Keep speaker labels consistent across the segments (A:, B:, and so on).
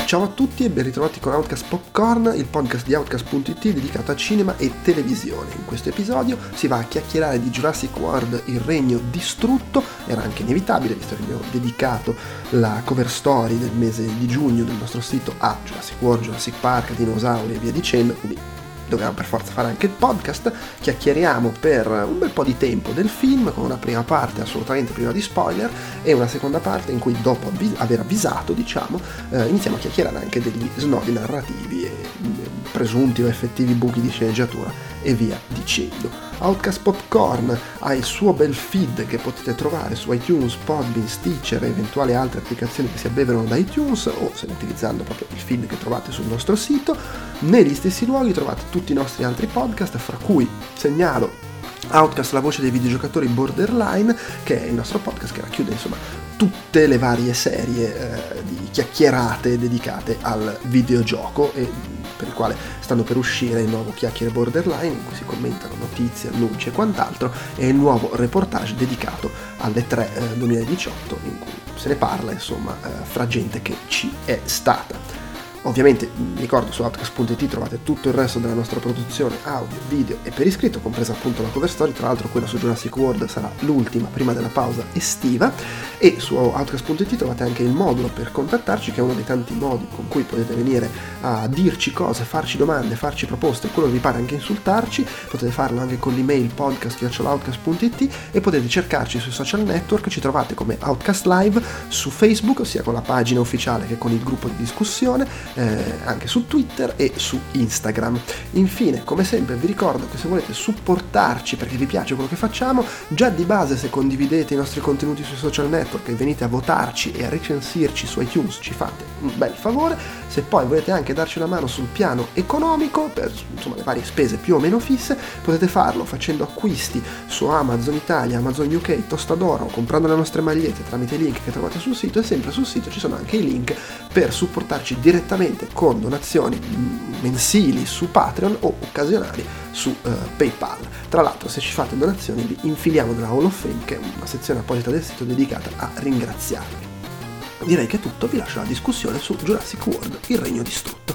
A: Ciao a tutti e ben ritrovati con Outcast Popcorn, il podcast di Outcast.it dedicato a cinema e televisione. In questo episodio si va a chiacchierare di Jurassic World, il regno distrutto. Era anche inevitabile, visto che abbiamo dedicato la cover story del mese di giugno del nostro sito a Jurassic World, Jurassic Park, dinosauri e via dicendo, quindi dobbiamo per forza fare anche il podcast. Chiacchieriamo per un bel po' di tempo del film, con una prima parte assolutamente priva di spoiler e una seconda parte in cui, dopo aver avvisato, iniziamo a chiacchierare anche degli snodi narrativi e presunti o effettivi buchi di sceneggiatura e via dicendo. Outcast Popcorn ha il suo bel feed che potete trovare su iTunes, Podbean, Stitcher e eventuali altre applicazioni che si abbeverano da iTunes, o se utilizzando proprio il feed che trovate sul nostro sito. Negli stessi luoghi trovate tutti i nostri altri podcast, fra cui segnalo Outcast, la voce dei videogiocatori Borderline, che è il nostro podcast che racchiude insomma tutte le varie serie di chiacchierate dedicate al videogioco e per il quale stanno per uscire il nuovo Chiacchiere Borderline, in cui si commentano notizie, annunci e quant'altro, e il nuovo reportage dedicato alle 3 2018, in cui se ne parla insomma fra gente che ci è stata. Ovviamente, ricordo, su Outcast.it trovate tutto il resto della nostra produzione audio, video e per iscritto, compresa appunto la cover story. Tra l'altro quella su Jurassic World sarà l'ultima prima della pausa estiva, e su Outcast.it trovate anche il modulo per contattarci, che è uno dei tanti modi con cui potete venire a dirci cose, farci domande, farci proposte, quello che vi pare, anche insultarci. Potete farlo anche con l'email podcast@outcast.it e potete cercarci sui social network. Ci trovate come Outcast Live su Facebook, sia con la pagina ufficiale che con il gruppo di discussione, anche su Twitter e su Instagram. Infine, come sempre, vi ricordo che se volete supportarci perché vi piace quello che facciamo, già di base, se condividete i nostri contenuti sui social network e venite a votarci e a recensirci su iTunes, ci fate un bel favore. Se poi volete anche darci una mano sul piano economico, per insomma le varie spese più o meno fisse, potete farlo facendo acquisti su Amazon Italia, Amazon UK, Tostadora, o comprando le nostre magliette tramite i link che trovate sul sito. E sempre sul sito ci sono anche i link per supportarci direttamente con donazioni mensili su Patreon o occasionali su PayPal. Tra l'altro, se ci fate donazioni vi infiliamo nella Hall of Fame, che è una sezione apposita del sito dedicata a ringraziarvi. Direi che è tutto, vi lascio la discussione su Jurassic World, il regno distrutto.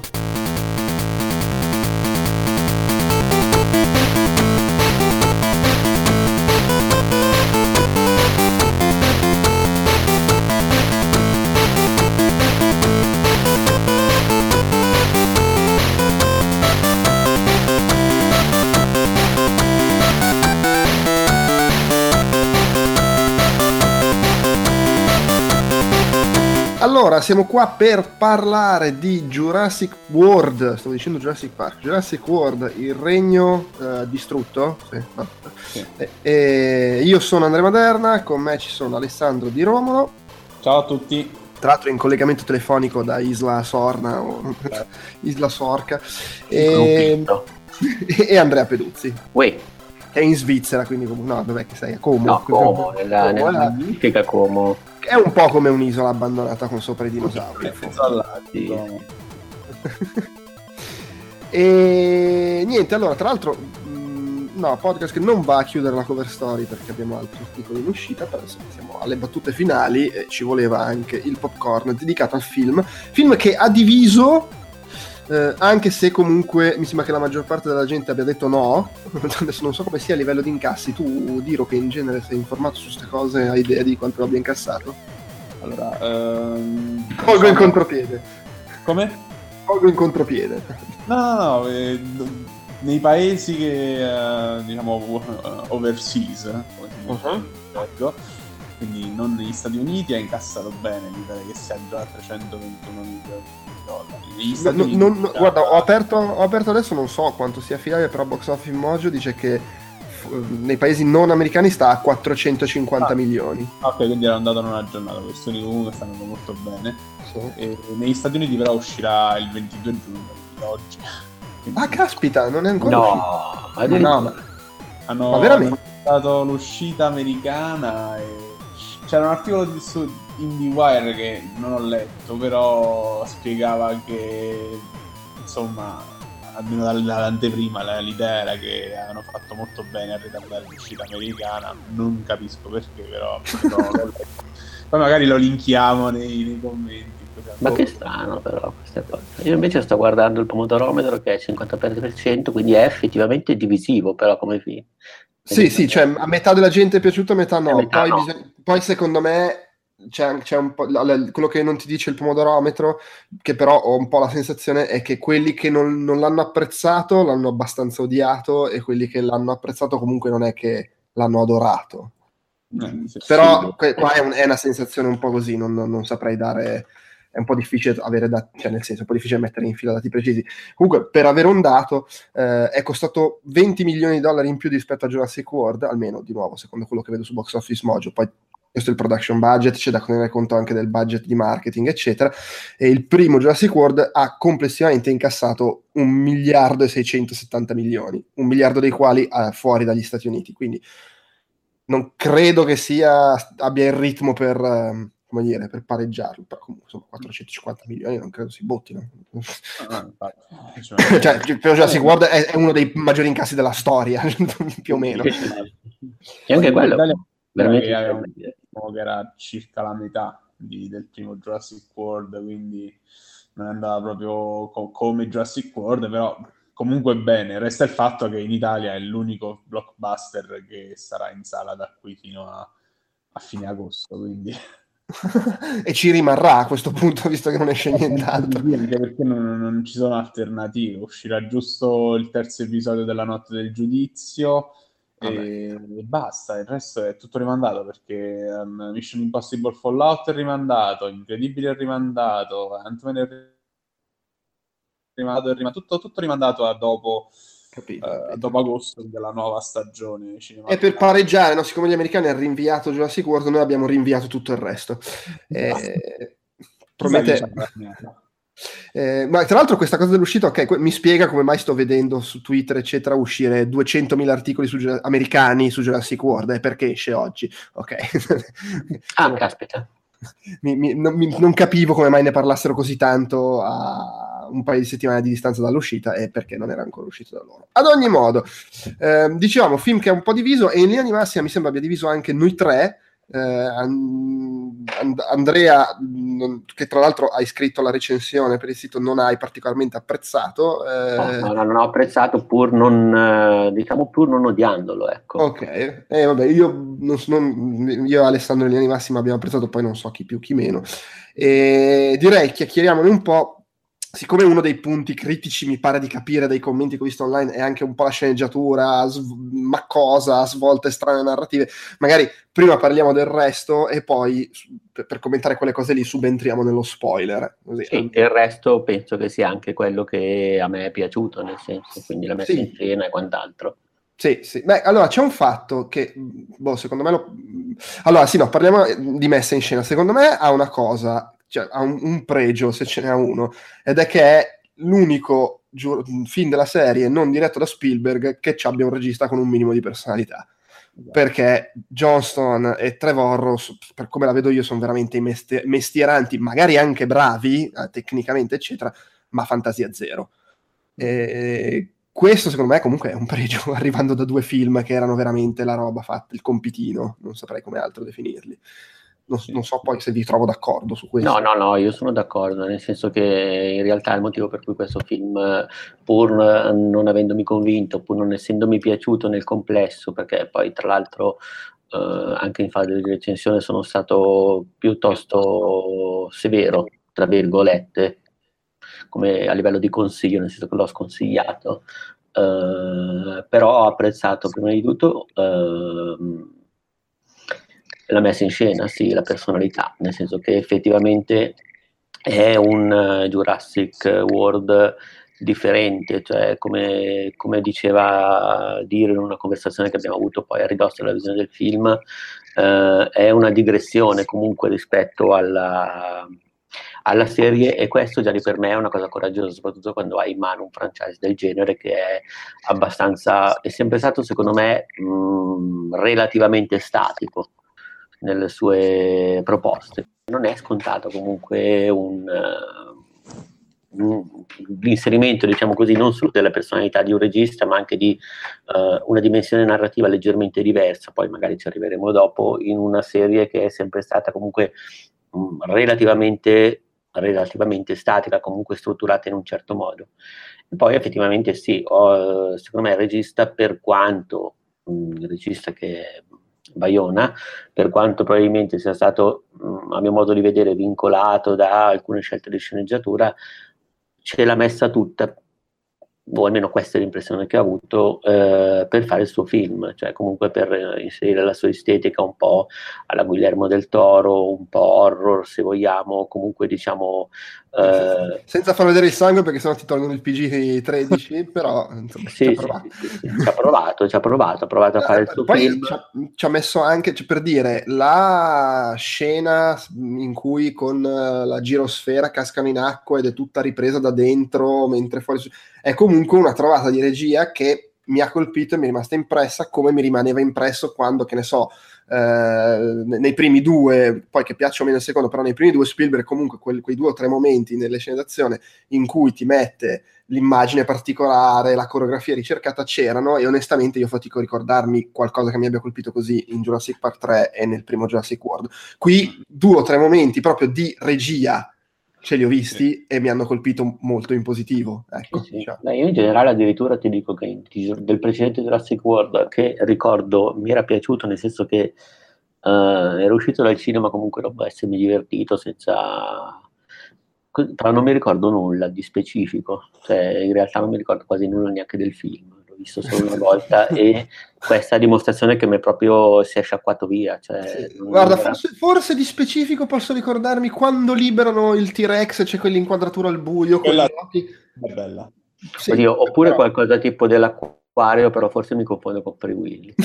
A: Allora, siamo qua per parlare di Jurassic World, stavo dicendo Jurassic Park, Jurassic World, il regno distrutto. Sì, no. Sì. Io sono Andrea Maderna, con me ci sono Alessandro Di Romolo.
B: Ciao a tutti.
A: Tra l'altro in collegamento telefonico da Isla Sorna o Isla Sorca, e Andrea Peduzzi.
C: Uè.
A: È in Svizzera, quindi no, dov'è che sei? A Como?
C: No, Como, nella magnifica Como.
A: È un po' come un'isola abbandonata con sopra i dinosauri.
C: Sì.
A: E niente, allora, tra l'altro, no, podcast che non va a chiudere la cover story perché abbiamo altri articoli in uscita, però siamo alle battute finali e ci voleva anche il popcorn dedicato al film che ha diviso. Anche se comunque mi sembra che la maggior parte della gente abbia detto no. Adesso non so come sia a livello di incassi. Tu, Diro, che in genere sei informato su queste cose, hai idea di quanto abbia incassato?
B: Allora,
A: colgo in contropiede.
B: Come?
A: Colgo in contropiede.
B: No, nei paesi che diciamo overseas, come si dice, quindi non negli Stati Uniti, ha incassato bene. Mi pare che sia già a 321 milioni di dollari.
A: Guarda, ho aperto adesso, non so quanto sia affidabile, però Box Office Mojo dice che nei paesi non americani sta a 450 milioni.
B: Ok, quindi era andato in una giornata. Questioni comunque stanno andando molto bene. Sì. E negli Stati Uniti però uscirà il 22 giugno, oggi. Quindi...
A: Ah, caspita, non è ancora uscito.
B: No,
A: ma veramente?
B: Hanno dato l'uscita americana e c'era un articolo su IndieWire che non ho letto, però spiegava che insomma, almeno dall'anteprima, l'idea era che avevano fatto molto bene a ritardare l'uscita americana. Non capisco perché, però poi magari lo linkiamo nei commenti.
C: Ma che strano però questa cosa. Io invece sto guardando il pomodorometro che è 50%, quindi è effettivamente divisivo però come film.
A: Sì, sì, cioè a metà della gente è piaciuto, a metà
C: A
A: no.
C: metà
A: Poi,
C: no.
A: poi secondo me c'è un po'. Quello che non ti dice il pomodorometro, che però ho un po' la sensazione, è che quelli che non l'hanno apprezzato l'hanno abbastanza odiato e quelli che l'hanno apprezzato comunque non è che l'hanno adorato.
B: Sì.
A: Però qua è una sensazione un po' così, non saprei dare. È un po' difficile avere dati, cioè nel senso, è un po' difficile mettere in fila dati precisi. Comunque, per avere un dato, è costato 20 milioni di dollari in più rispetto a Jurassic World, almeno di nuovo, secondo quello che vedo su Box Office Mojo. Poi questo è il production budget, c'è da tenere conto anche del budget di marketing, eccetera. E il primo Jurassic World ha complessivamente incassato 1 miliardo e 670 milioni, 1 miliardo dei quali fuori dagli Stati Uniti. Quindi non credo che abbia il ritmo per, come dire, per pareggiarlo, però comunque insomma 450 milioni non credo si bottino. Cioè, Jurassic World è uno dei maggiori incassi della storia, più o meno.
C: E anche quello veramente
B: che era circa la metà del primo Jurassic World, quindi non è andata proprio come Jurassic World, però comunque bene. Resta il fatto che in Italia è l'unico blockbuster che sarà in sala da qui fino a fine agosto, quindi
A: e ci rimarrà a questo punto, visto che non esce nient'altro.
B: Anche perché non ci sono alternative. Uscirà giusto il terzo episodio della Notte del Giudizio e basta. Il resto è tutto rimandato, perché Mission Impossible Fallout è rimandato, Incredibile è rimandato, Ant-Man è rimandato, tutto rimandato a dopo.
A: Capito.
B: Dopo agosto della nuova stagione cinematografica.
A: E per pareggiare, no? Siccome gli americani hanno rinviato Jurassic World, noi abbiamo rinviato tutto il resto. Promette. Ma tra l'altro questa cosa dell'uscita, ok, mi spiega come mai sto vedendo su Twitter eccetera uscire 200.000 articoli americani su Jurassic World, perché esce oggi, ok.
C: Caspita.
A: Non capivo come mai ne parlassero così tanto a un paio di settimane di distanza dall'uscita, e perché non era ancora uscito da loro. Ad ogni modo, dicevamo, film che è un po' diviso, e in linea di massima mi sembra abbia diviso anche noi tre. Andrea, che tra l'altro hai scritto la recensione per il sito, non hai particolarmente apprezzato.
C: No, non ho apprezzato, pur non odiandolo, ecco.
A: Ok, vabbè, io e Alessandro in linea di massima abbiamo apprezzato, poi non so chi più chi meno, e direi chiacchieriamone un po'. Siccome uno dei punti critici, mi pare di capire dai commenti che ho visto online, è anche un po' la sceneggiatura, ma cosa, svolte strane narrative, magari prima parliamo del resto e poi per commentare quelle cose lì subentriamo nello spoiler. Così.
C: Sì, il resto penso che sia anche quello che a me è piaciuto, nel senso, quindi la messa in scena e quant'altro.
A: Sì. Beh, allora c'è un fatto che, secondo me allora sì, no, parliamo di messa in scena. Secondo me ha una cosa, cioè ha un pregio, se ce n'è uno, ed è che è l'unico film della serie non diretto da Spielberg che ci abbia un regista con un minimo di personalità. Perché Johnston e Trevorrow, per come la vedo io, sono veramente mestieranti, magari anche bravi tecnicamente eccetera, ma fantasia zero. Questo secondo me comunque è un pregio, arrivando da due film che erano veramente la roba fatta, il compitino, non saprei come altro definirli. Non so poi se vi trovo d'accordo su questo.
C: No, io sono d'accordo, nel senso che in realtà il motivo per cui questo film, pur non avendomi convinto, pur non essendomi piaciuto nel complesso, perché poi tra l'altro anche in fase di recensione sono stato piuttosto severo, tra virgolette, come a livello di consiglio, nel senso che l'ho sconsigliato, però ho apprezzato prima di tutto la messa in scena, sì, la personalità, nel senso che effettivamente è un Jurassic World differente, cioè come diceva Dire in una conversazione che abbiamo avuto poi a ridosso della visione del film, è una digressione comunque rispetto alla serie, e questo già per me è una cosa coraggiosa, soprattutto quando hai in mano un franchise del genere che è sempre stato secondo me relativamente statico nelle sue proposte. Non è scontato comunque l'inserimento, diciamo così, non solo della personalità di un regista, ma anche di una dimensione narrativa leggermente diversa, poi magari ci arriveremo dopo, in una serie che è sempre stata comunque relativamente relativamente statica, comunque strutturata in un certo modo. E poi effettivamente sì, secondo me il regista, per quanto il regista che è Bayona, per quanto probabilmente sia stato, a mio modo di vedere, vincolato da alcune scelte di sceneggiatura, ce l'ha messa tutta, o almeno questa è l'impressione che ho avuto, per fare il suo film, cioè comunque per inserire la sua estetica un po' alla Guillermo del Toro, un po' horror se vogliamo, comunque diciamo...
A: Senza far vedere il sangue perché sennò ti tolgono il PG-13, però insomma, ci ha
C: sì,
A: provato.
C: sì, ci ha provato a fare il suo
A: Poi
C: film.
A: ci ha messo anche, cioè, per dire, la scena in cui con la girosfera cascano in acqua ed è tutta ripresa da dentro, mentre fuori è comunque una trovata di regia che mi ha colpito e mi è rimasta impressa, come mi rimaneva impresso quando, che ne so, nei primi due, poi che piaccia o meno il secondo, però nei primi due Spielberg comunque quei 2 o 3 momenti nelle scene d'azione in cui ti mette l'immagine particolare, la coreografia ricercata c'erano, e onestamente io fatico a ricordarmi qualcosa che mi abbia colpito così in Jurassic Park 3 e nel primo Jurassic World. Qui 2 o 3 momenti proprio di regia ce li ho visti e mi hanno colpito molto in positivo, ecco.
C: Sì.
A: Diciamo.
C: Beh, io in generale addirittura ti dico che del precedente Jurassic World, che ricordo mi era piaciuto, nel senso che ero uscito dal cinema comunque dopo essermi divertito senza... Però non mi ricordo nulla di specifico, cioè in realtà non mi ricordo quasi nulla neanche del film, l'ho visto solo una volta e questa è dimostrazione che mi proprio si è sciacquato via. Cioè,
A: Sì. Guarda, forse di specifico posso ricordarmi quando liberano il T-Rex e c'è quell'inquadratura al buio con gli occhi.
B: È bella.
A: Sì,
C: Oddio, oppure
A: però...
C: qualcosa tipo dell'acquario, però forse mi confondo con Free Willy.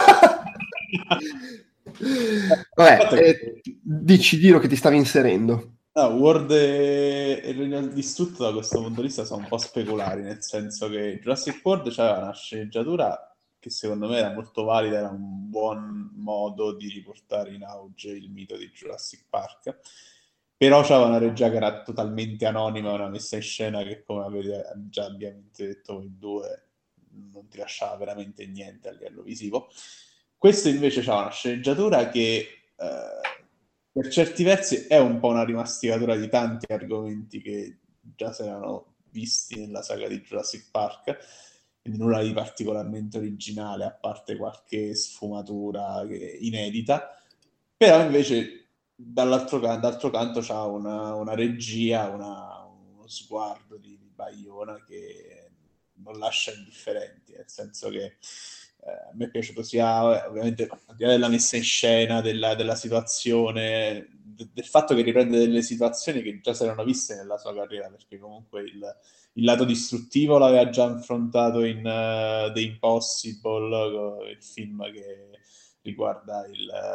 A: Vabbè, dici Diro che ti stavi inserendo.
B: World e Regno Distrutto da questo punto di vista sono un po' speculari, nel senso che Jurassic World c'era una sceneggiatura che secondo me era molto valida, era un buon modo di riportare in auge il mito di Jurassic Park, però c'era una regia che era totalmente anonima, una messa in scena che, come avete già ampiamente detto voi due, non ti lasciava veramente niente a livello visivo. Questo invece c'ha una sceneggiatura che per certi versi è un po' una rimasticatura di tanti argomenti che già si erano visti nella saga di Jurassic Park, quindi nulla di particolarmente originale, a parte qualche sfumatura inedita, però invece d'altro canto c'ha una regia, uno sguardo di Bayona che non lascia indifferenti, nel senso che a me è piaciuto sia, ovviamente, al di là della messa in scena, della situazione, del fatto che riprende delle situazioni che già si erano viste nella sua carriera, perché comunque il lato distruttivo l'aveva già affrontato in The Impossible, il film che riguarda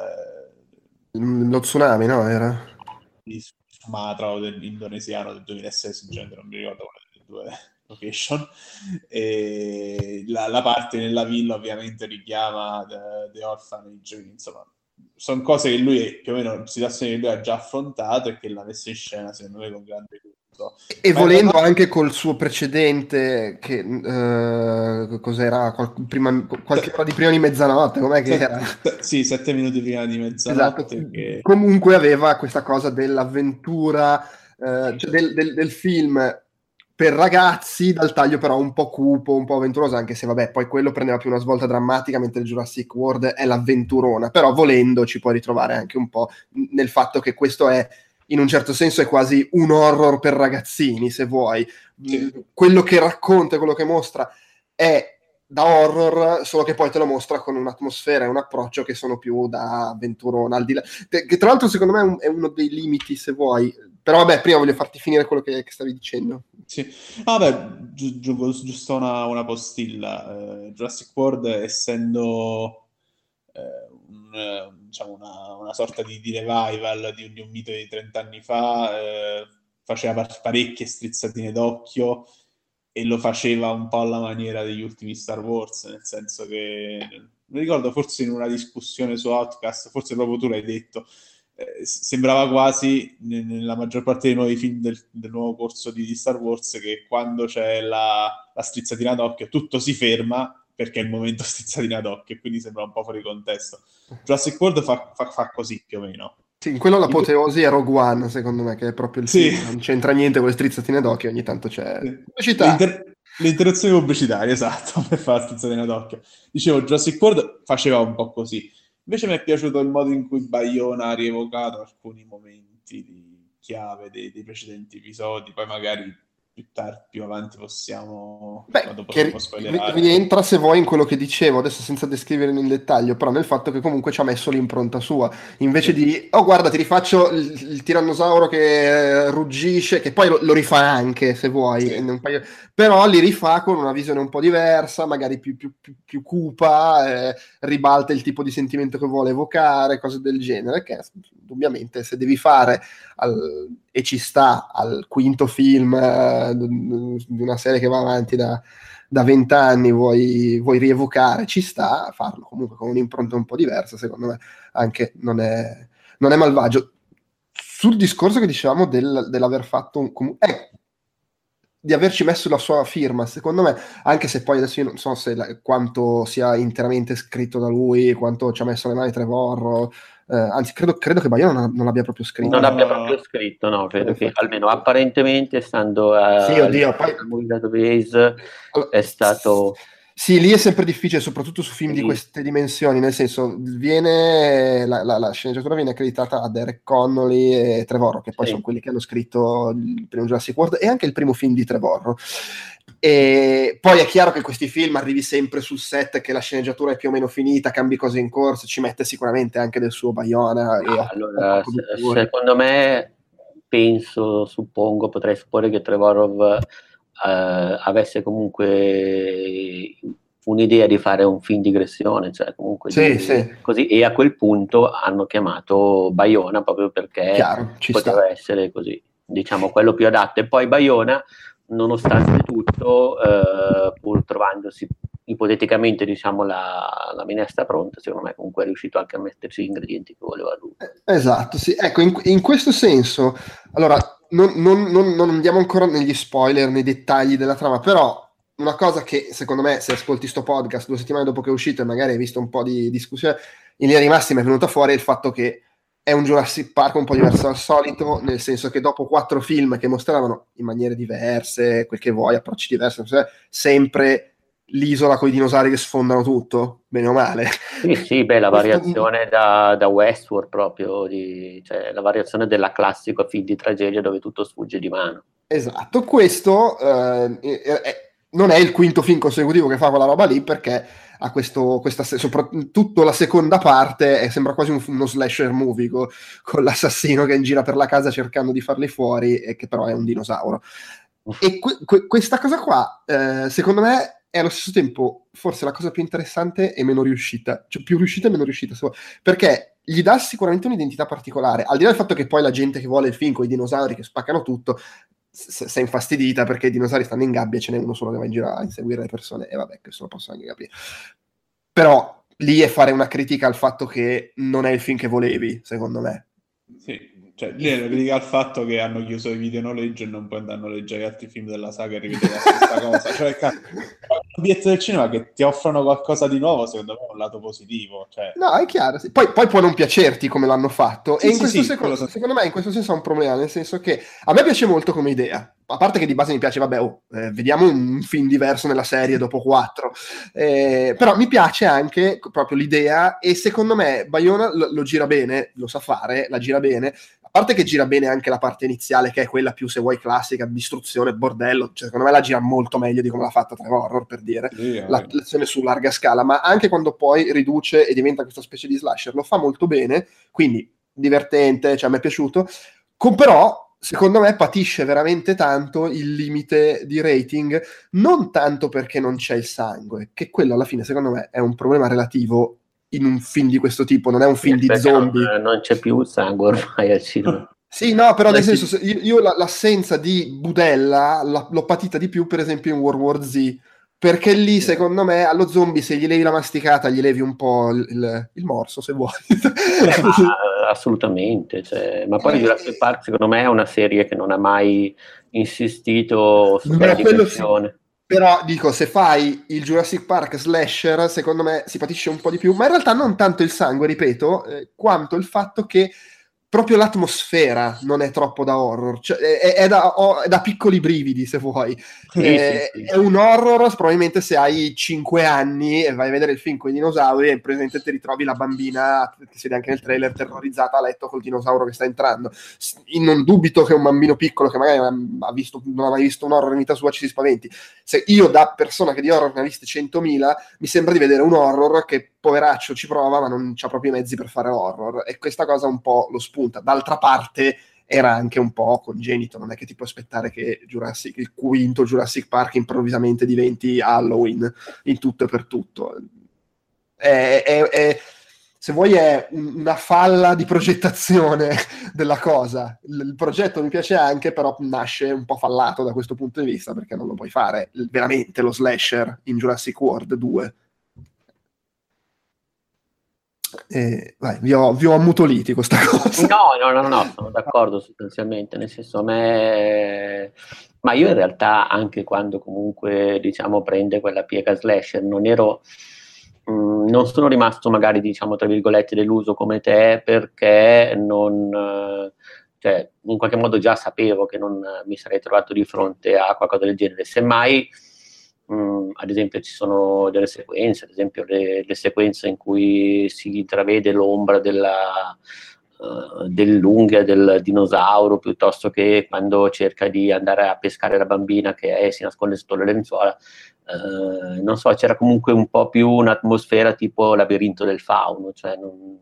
A: Lo tsunami, no? Era?
B: di Sumatra o dell'indonesiano del 2006, sinceramente non mi ricordo quale delle due location, e la parte nella villa ovviamente richiama The Orphanage, quindi insomma sono cose che lui più o meno, situazioni che lui ha già affrontato e che l'ha messa in scena secondo me con grande gusto.
A: E
B: Ma
A: volendo anche col suo precedente, che cos'era? Qualche ora di prima di mezzanotte, com'è che era?
B: Sì, 7 minuti prima di
A: Esatto,
B: mezzanotte. Che...
A: comunque aveva questa cosa dell'avventura, cioè del film per ragazzi, dal taglio però un po' cupo, un po' avventuroso, anche se vabbè, poi quello prendeva più una svolta drammatica, mentre Jurassic World è l'avventurona, però volendo ci puoi ritrovare anche un po' nel fatto che questo è, in un certo senso, è quasi un horror per ragazzini, se vuoi.
B: Sì.
A: Quello che racconta, quello che mostra è da horror, solo che poi te lo mostra con un'atmosfera e un approccio che sono più da avventurona, al di là, che tra l'altro secondo me è uno dei limiti, se vuoi, però vabbè, prima voglio farti finire quello che stavi dicendo.
B: Sì, vabbè, giusto una postilla. Jurassic World, essendo diciamo una sorta di revival di un mito di 30 anni fa, faceva parecchie strizzatine d'occhio e lo faceva un po' alla maniera degli ultimi Star Wars, nel senso che, mi ricordo forse in una discussione su Outcast, forse proprio tu l'hai detto, sembrava quasi nella maggior parte dei nuovi film del nuovo corso di Star Wars che quando c'è la strizzatina d'occhio tutto si ferma perché è il momento strizzatina d'occhio e quindi sembra un po' fuori contesto. Jurassic World fa così più o meno.
A: Sì, in quello l'apoteosi è Rogue One, secondo me, che è proprio il
B: Sì.
A: film. Non c'entra niente con le strizzatine d'occhio, ogni tanto c'è
B: Le,
A: pubblicità.
B: le interazioni pubblicitarie, esatto, per fare la strizzatina d'occhio. Dicevo, Jurassic World faceva un po' così. Invece mi è piaciuto il modo in cui Bayona ha rievocato alcuni momenti di chiave dei precedenti episodi, poi magari più tardi, più avanti
A: Beh,
B: quando possiamo
A: che
B: spoilerare.
A: rientra, se vuoi, in quello che dicevo, adesso senza descrivere nel dettaglio, però nel fatto che comunque ci ha messo l'impronta sua, invece
B: Sì,
A: di, oh guarda, ti rifaccio il tirannosauro che ruggisce, che poi lo rifà anche, se vuoi,
B: sì.
A: però li rifà con una visione un po' diversa, magari più cupa, ribalta il tipo di sentimento che vuole evocare, cose del genere, che indubbiamente se devi fare e ci sta al quinto film di una serie che va avanti da 20 anni, vuoi rievocare, ci sta a farlo comunque con un'impronta un po' diversa, secondo me anche non è malvagio. Sul discorso che dicevamo dell'aver fatto di averci messo la sua firma, secondo me, anche se poi adesso io non so quanto sia interamente scritto da lui, quanto ci ha messo le mani Trevorrow, anzi credo che Bayona non l'abbia proprio scritto.
C: Non
B: No,
C: abbia
B: no,
C: proprio
B: no.
C: scritto, no, credo che
A: Infatti.
C: almeno apparentemente, stando
A: Sì,
C: al
A: oddio, poi
C: Movie Database,
A: allora,
C: è stato
A: sì, lì è sempre difficile, soprattutto su film di
C: sì,
A: queste dimensioni, nel senso, la sceneggiatura viene accreditata a Derek Connolly e Trevorrow, che poi sono
C: sì.
A: quelli che hanno scritto il primo Jurassic World e anche il primo film di Trevorrow. E poi è chiaro che questi film arrivi sempre sul set, che la sceneggiatura è più o meno finita, cambi cose in corso, ci mette sicuramente anche del suo Bayona e otto
C: Allora,
A: produttori.
C: secondo me, suppongo, potrei supporre che Trevorrow avesse comunque un'idea di fare un film di digressione, cioè comunque
A: Sì, sì,
C: così, e a quel punto hanno chiamato Bayona proprio perché
A: chiaro, ci sta.
C: poteva essere così, diciamo, quello più adatto. E poi Bayona, nonostante tutto, pur trovandosi ipoteticamente, diciamo, la minestra pronta, secondo me comunque è riuscito anche a metterci gli ingredienti che voleva lui.
A: Esatto, sì. Ecco, in questo senso, allora, non andiamo ancora negli spoiler, nei dettagli della trama, però una cosa che secondo me, se ascolti sto podcast 2 settimane dopo che è uscito e magari hai visto un po' di discussione, in linea di massima è venuta fuori il fatto che è un Jurassic Park un po' diverso dal solito, nel senso che dopo 4 film che mostravano in maniere diverse, quel che vuoi, approcci diversi, sempre l'isola con i dinosauri che sfondano tutto, bene o male.
C: Sì, sì, beh, la
A: Questo,
C: variazione da Westworld proprio, cioè la variazione della classica film di tragedia dove tutto sfugge di mano.
A: esatto, questo non è il quinto film consecutivo che fa quella roba lì perché ha soprattutto la seconda parte sembra quasi uno slasher movie con l'assassino che gira per la casa cercando di farli fuori e che però è un dinosauro. E questa cosa qua, secondo me, è allo stesso tempo forse la cosa più interessante e meno riuscita, cioè più riuscita e meno riuscita, perché gli dà sicuramente un'identità particolare, al di là del fatto che poi la gente che vuole il film con i dinosauri che spaccano tutto, si è infastidita perché i dinosauri stanno in gabbia e ce n'è uno solo che va in giro a inseguire le persone, e vabbè, questo lo posso anche capire. Però lì è fare una critica al fatto che non è il film che volevi, secondo me.
B: Sì, cioè lì è la critica al fatto che hanno chiuso i video noleggio e non puoi andare a noleggiare altri film della saga e rivedere la stessa cosa. Cioè, l'obiettivo del cinema è che ti offrono qualcosa di nuovo, secondo me è un lato positivo. Cioè...
A: No, è chiaro. Sì. Poi può non piacerti come l'hanno fatto, e
B: Sì, sì, sì,
A: secondo me in questo senso ha un problema, nel senso che a me piace molto come idea. A parte che di base mi piace, vabbè, vediamo un film diverso nella serie dopo 4. Però mi piace anche proprio l'idea, e secondo me Bayona lo gira bene, lo sa fare, la gira bene. A parte che gira bene anche la parte iniziale, che è quella più, se vuoi, classica, distruzione, bordello. Cioè, secondo me la gira molto meglio di come l'ha fatta Trevor, per dire,
B: sì,
A: l'azione su larga scala, ma anche quando poi riduce e diventa questa specie di slasher, lo fa molto bene, quindi divertente, cioè a me è piaciuto. Però, secondo me, patisce veramente tanto il limite di rating, non tanto perché non c'è il sangue, che quello alla fine, secondo me, è un problema relativo in un film di questo tipo, non è un film di
C: Perché
A: zombie.
C: non c'è più sangue ormai al cinema.
A: Sì, no, però nel senso, io l'assenza di budella l'ho patita di più, per esempio, in World War Z, perché lì, secondo me, allo zombie, se gli levi la masticata, gli levi un po' il morso, se vuoi.
C: Assolutamente, cioè, ma poi Jurassic Park secondo me è una serie che non ha mai insistito su quella
A: Beh, quello sì.
C: dimensione.
A: Però dico, se fai il Jurassic Park slasher, secondo me si patisce un po' di più, ma in realtà non tanto il sangue, ripeto, quanto il fatto che proprio l'atmosfera non è troppo da horror, cioè, è da piccoli brividi, se vuoi.
C: Sì, sì.
A: È un horror probabilmente se hai 5 anni e vai a vedere il film con i dinosauri e presente ti ritrovi la bambina, che si vede anche nel trailer, terrorizzata a letto col dinosauro che sta entrando. Non dubito che un bambino piccolo che magari non ha mai visto un horror in vita sua ci si spaventi. Se io, da persona che di horror ne ha viste 100.000, mi sembra di vedere un horror che poveraccio ci prova ma non ha proprio i mezzi per fare horror, e questa cosa un po' lo spunta. D'altra parte era anche un po' congenito, non è che ti puoi aspettare che il quinto Jurassic Park improvvisamente diventi Halloween in tutto e per tutto. Se vuoi è una falla di progettazione della cosa. Il progetto mi piace anche, però nasce un po' fallato da questo punto di vista, perché non lo puoi fare veramente lo slasher in Jurassic World 2. Vai, vi ho ammutoliti questa cosa.
C: No, sono d'accordo sostanzialmente, nel senso, a me, ma io in realtà anche quando comunque, diciamo, prende quella piega slasher, non sono rimasto magari, diciamo, tra virgolette, deluso come te, perché cioè, in qualche modo già sapevo che non mi sarei trovato di fronte a qualcosa del genere. Semmai, ad esempio, ci sono delle sequenze, ad esempio le sequenze in cui si intravede l'ombra dell'unghia del dinosauro, piuttosto che quando cerca di andare a pescare la bambina che si nasconde sotto le lenzuola. Non so, c'era comunque un po' più un'atmosfera tipo Labirinto del Fauno, cioè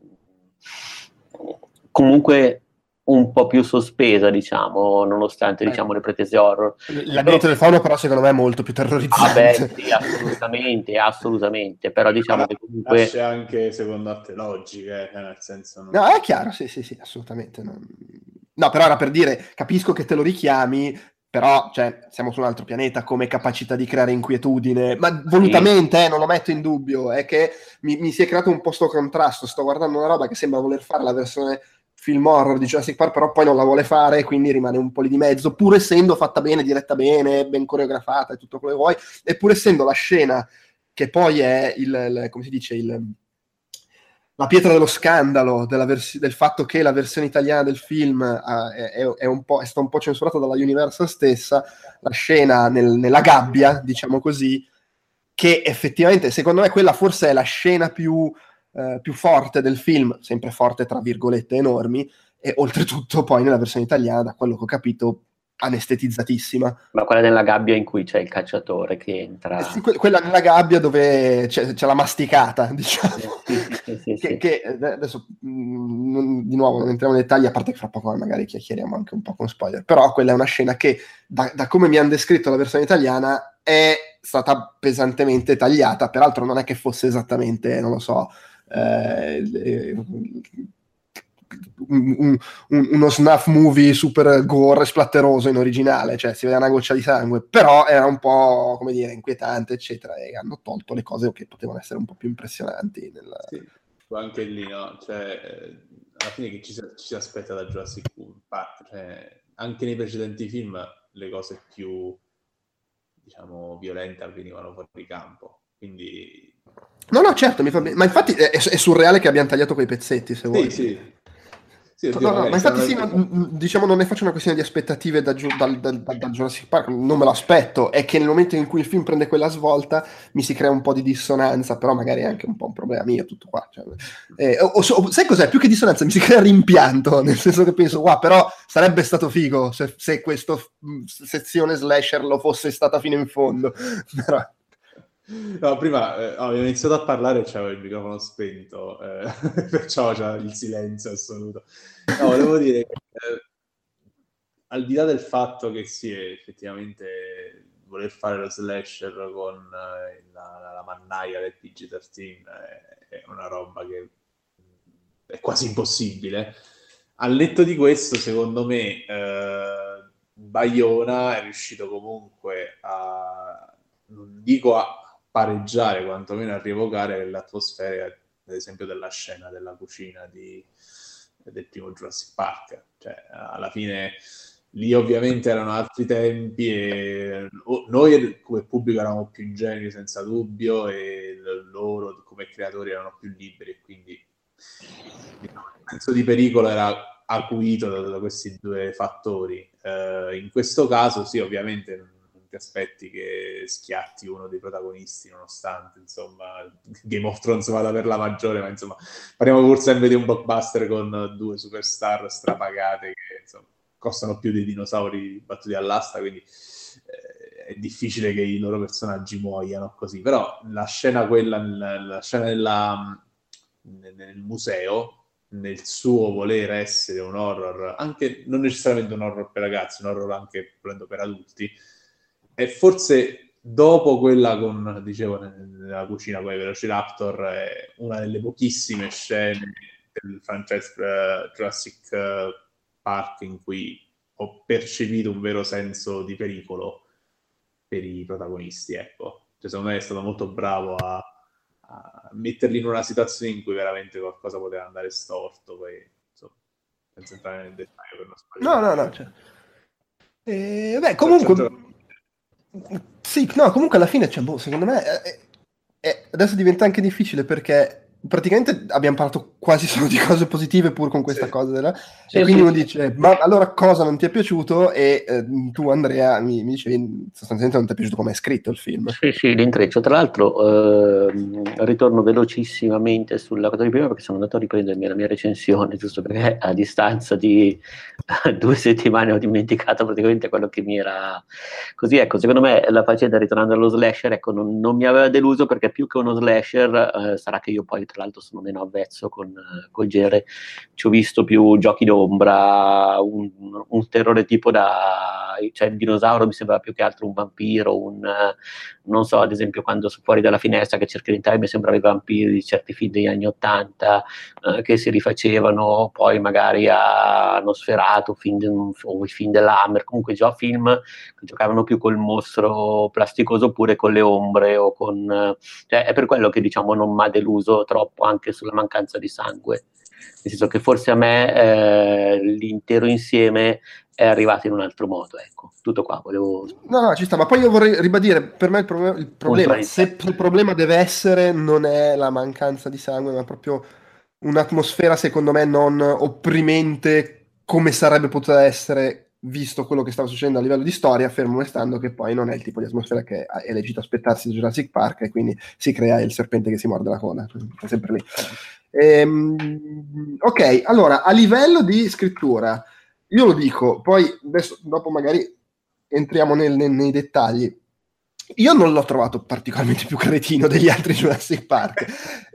C: comunque un po' più sospesa, diciamo, nonostante diciamo le pretese horror.
A: L'ambiente del fauno però secondo me è molto più terrorizzante.
C: Sì, assolutamente, però diciamo che comunque
B: nasce anche secondo altre logiche, nel senso non...
A: No, è chiaro, sì, assolutamente. No, però era per dire, capisco che te lo richiami, però, cioè, siamo su un altro pianeta come capacità di creare inquietudine, ma volutamente, non lo metto in dubbio, è che mi si è creato un po' sto contrasto, sto guardando una roba che sembra voler fare la versione film horror di Jurassic Park, però poi non la vuole fare, quindi rimane un po' lì di mezzo, pur essendo fatta bene, diretta bene, ben coreografata e tutto quello che vuoi, e pur essendo la scena che poi è come si dice, la pietra dello scandalo del fatto che la versione italiana del film è stata un po' censurata dalla Universal stessa, la scena nella gabbia, diciamo così, che effettivamente secondo me quella forse è la scena più forte del film, sempre forte tra virgolette enormi, e oltretutto poi nella versione italiana, da quello che ho capito, anestetizzatissima.
C: Ma quella nella gabbia in cui c'è il cacciatore che entra...
A: Sì, quella nella gabbia dove c'è la masticata, diciamo.
C: Sì.
A: Che adesso di nuovo non entriamo nei dettagli, a parte che fra poco magari chiacchieriamo anche un po' con spoiler, però quella è una scena che da come mi hanno descritto la versione italiana è stata pesantemente tagliata, peraltro non è che fosse esattamente, non lo so, uno snuff movie super gore splatteroso in originale, cioè si vede una goccia di sangue, però era un po', come dire, inquietante, eccetera, e hanno tolto le cose che potevano essere un po' più impressionanti.
B: Sì, anche lì, no? Cioè, alla fine che ci si aspetta da Jurassic Park? Cioè, anche nei precedenti film le cose più, diciamo, violente avvenivano fuori campo, quindi...
A: No, certo, mi fa bene. Ma infatti è surreale che abbiano tagliato quei pezzetti, se vuoi.
B: Sì.
A: Ma infatti sì, diciamo non ne faccio una questione di aspettative da Jurassic Park, non me lo aspetto, è che nel momento in cui il film prende quella svolta mi si crea un po' di dissonanza, però magari è anche un po' un problema mio tutto qua. Cioè, sai cos'è? Più che dissonanza mi si crea rimpianto, nel senso che penso, wow, però sarebbe stato figo se questa sezione slasher lo fosse stata fino in fondo. Però...
B: No, prima avevo iniziato a parlare e c'avevo il microfono spento, perciò c'era il silenzio assoluto. No, volevo dire che al di là del fatto che sì, effettivamente voler fare lo slasher con la mannaia del PG-13 è una roba che è quasi impossibile. Al netto di questo, secondo me, Bayona è riuscito comunque non dico a pareggiare, quantomeno a rievocare l'atmosfera, ad esempio, della scena della cucina del primo Jurassic Park. Cioè, alla fine lì ovviamente erano altri tempi e noi come pubblico eravamo più ingenui senza dubbio e loro come creatori erano più liberi, e quindi il senso di pericolo era acuito da questi due fattori. In questo caso sì, ovviamente non ti aspetti che schiatti uno dei protagonisti, nonostante insomma Game of Thrones vada per la maggiore, ma insomma parliamo pur sempre di un blockbuster con due superstar strapagate che insomma costano più dei dinosauri battuti all'asta, quindi è difficile che i loro personaggi muoiano così. Però la scena nel museo, nel suo voler essere un horror, anche non necessariamente un horror per ragazzi, un horror anche volendo per adulti, e forse dopo quella con, dicevo, nella cucina con i Velociraptor, è una delle pochissime scene del franchise Jurassic Park in cui ho percepito un vero senso di pericolo per i protagonisti, ecco. Cioè, secondo me è stato molto bravo a metterli in una situazione in cui veramente qualcosa poteva andare storto, poi insomma, senza entrare nel dettaglio per non spoilerare.
A: No, cioè. Beh, comunque sì, no, comunque alla fine, cioè, secondo me adesso diventa anche difficile perché praticamente abbiamo parlato quasi solo di cose positive pur con questa cosa e quindi uno dice, ma allora cosa non ti è piaciuto? E tu Andrea mi dicevi sostanzialmente non ti è piaciuto come è scritto il film.
C: Sì, l'intreccio. Tra l'altro ritorno velocissimamente sulla cosa di prima perché sono andato a riprendermi la mia recensione, giusto perché a distanza di 2 settimane ho dimenticato praticamente quello che mi era così. Ecco, secondo me la faccenda, ritornando allo slasher, ecco, non mi aveva deluso perché più che uno slasher, sarà che io poi tra l'altro sono meno avvezzo col genere, ci ho visto più giochi d'ombra, un terrore tipo cioè il dinosauro mi sembrava più che altro un vampiro, non so, ad esempio quando fuori dalla finestra che cerchi di entrare mi sembrava i vampiri di certi film degli anni '80 che si rifacevano poi magari a Nosferatu o i film dell'Hammer, comunque già film che giocavano più col mostro plasticoso oppure con le ombre o cioè è per quello che diciamo non mi ha deluso troppo anche sulla mancanza di sangue, nel senso che forse a me l'intero insieme è arrivato in un altro modo, ecco, tutto qua, volevo...
A: No, ci sta, ma poi io vorrei ribadire, per me il problema, se il problema deve essere, non è la mancanza di sangue, ma proprio un'atmosfera, secondo me, non opprimente come sarebbe potuta essere, visto quello che stava succedendo a livello di storia, fermo restando che poi non è il tipo di atmosfera che è legitto aspettarsi da Jurassic Park, e quindi si crea il serpente che si morde la coda, è sempre lì. Ok, allora, a livello di scrittura, io lo dico, poi adesso dopo magari entriamo nei dettagli. Io non l'ho trovato particolarmente più cretino degli altri Jurassic Park.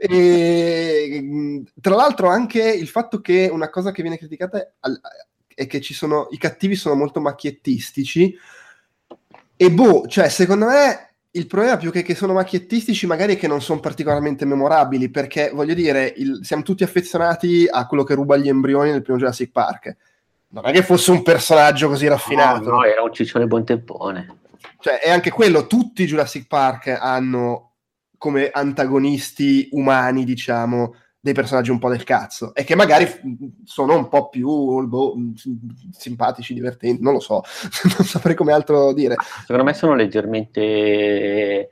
A: E, tra l'altro anche il fatto che una cosa che viene criticata è che i cattivi sono molto macchiettistici e cioè secondo me il problema più che sono macchiettistici magari è che non sono particolarmente memorabili, perché voglio dire siamo tutti affezionati a quello che ruba gli embrioni nel primo Jurassic Park. Non è che fosse un personaggio così raffinato.
C: No, era un ciccione buontempone.
A: Cioè, è anche quello, tutti i Jurassic Park hanno come antagonisti umani, diciamo, dei personaggi un po' del cazzo, e che magari sono un po' più simpatici, divertenti, non lo so, non saprei come altro dire.
C: Secondo me sono leggermente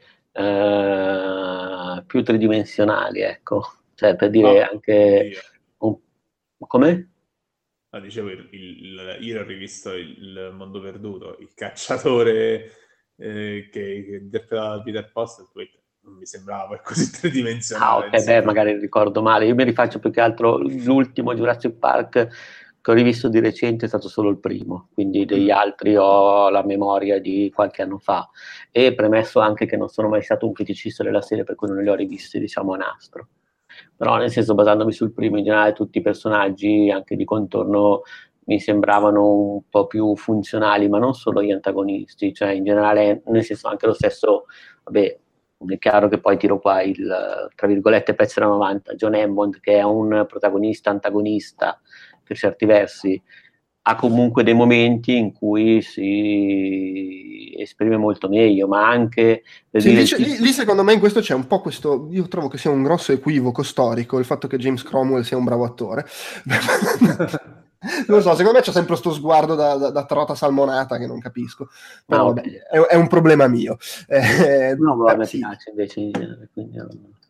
C: più tridimensionali, ecco, cioè per dire anche... Come?
B: No, dicevo, io ho rivisto Il Mondo Perduto, il cacciatore che interpretava Peter Postlethwaite, non mi sembrava poi così tridimensionale.
C: Ok, magari ricordo male. Io mi rifaccio più che altro l'ultimo Jurassic Park che ho rivisto di recente, è stato solo il primo, quindi degli altri ho la memoria di qualche anno fa, e premesso anche che non sono mai stato un feticista della serie, per cui non li ho rivisti, diciamo, a nastro. Però nel senso, basandomi sul primo, in generale tutti i personaggi anche di contorno mi sembravano un po' più funzionali, ma non solo gli antagonisti, cioè in generale, nel senso anche lo stesso, vabbè, è chiaro che poi tiro qua tra virgolette, pezzo da 90, John Hammond, che è un protagonista antagonista per certi versi, ha comunque dei momenti in cui si esprime molto meglio, ma anche...
A: Lì secondo me in questo c'è un po' questo, io trovo che sia un grosso equivoco storico, il fatto che James Cromwell sia un bravo attore. Non lo so, secondo me c'è sempre sto sguardo da trota salmonata che non capisco, però vabbè, è un problema mio.
C: No, a me piace invece, quindi...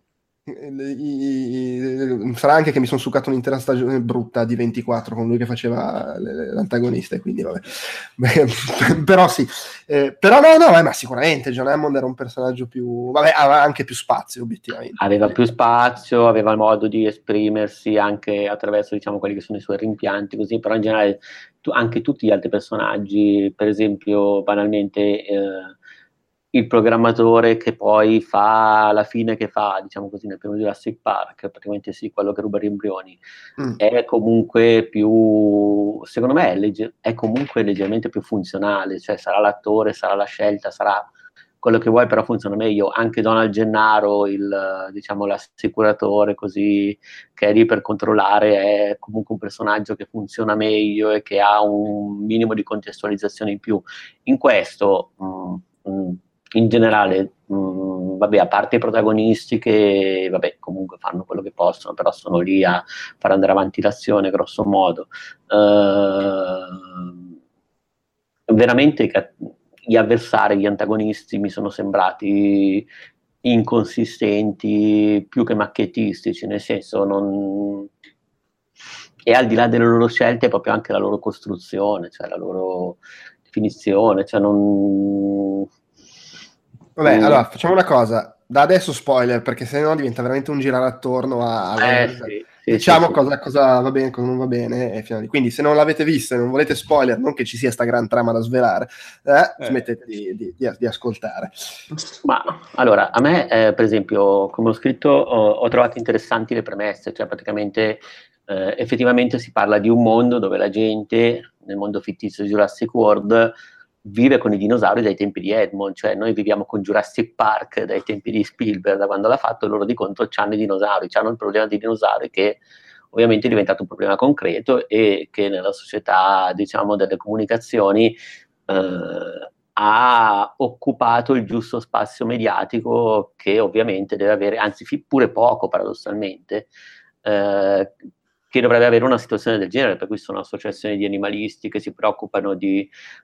A: Sarà anche che mi sono succato un'intera stagione brutta di 24 con lui che faceva l'antagonista, e quindi vabbè. Però sì, però no, ma sicuramente John Hammond era un personaggio più, vabbè, aveva anche più spazio obiettivamente.
C: Aveva più spazio, aveva il modo di esprimersi anche attraverso, diciamo, quelli che sono i suoi rimpianti, così, però in generale anche tutti gli altri personaggi, per esempio, banalmente, il programmatore che poi fa la fine che fa, diciamo così, nel primo Jurassic Park, praticamente sì, quello che ruba gli embrioni, è comunque più, secondo me, è comunque leggermente più funzionale, cioè sarà l'attore, sarà la scelta, sarà quello che vuoi, però funziona meglio. Anche Donald Gennaro, diciamo, l'assicuratore, così, che è lì per controllare, è comunque un personaggio che funziona meglio e che ha un minimo di contestualizzazione in più. In questo, in generale, vabbè, a parte i protagonisti che, vabbè, comunque fanno quello che possono, però sono lì a far andare avanti l'azione, grosso modo. Veramente gli avversari, gli antagonisti mi sono sembrati inconsistenti, più che macchiettistici, nel senso, non... E al di là delle loro scelte, proprio anche la loro costruzione, cioè la loro definizione, cioè non...
A: Vabbè, allora facciamo una cosa, da adesso spoiler, perché sennò diventa veramente un girare attorno
C: sì,
A: diciamo
C: sì.
A: Cosa va bene, cosa non va bene, e quindi se non l'avete visto e non volete spoiler, non che ci sia sta gran trama da svelare, smettete di ascoltare.
C: Ma allora, a me, per esempio, come ho scritto, ho trovato interessanti le premesse, cioè praticamente effettivamente si parla di un mondo dove la gente, nel mondo fittizio di Jurassic World, vive con i dinosauri dai tempi di Edmond, cioè noi viviamo con Jurassic Park dai tempi di Spielberg, da quando l'ha fatto, loro di contro c'hanno i dinosauri, c'hanno il problema dei dinosauri che ovviamente è diventato un problema concreto e che nella società, diciamo, delle comunicazioni ha occupato il giusto spazio mediatico che ovviamente deve avere, anzi pure poco paradossalmente, che dovrebbe avere una situazione del genere, per cui sono associazioni di animalisti che si preoccupano di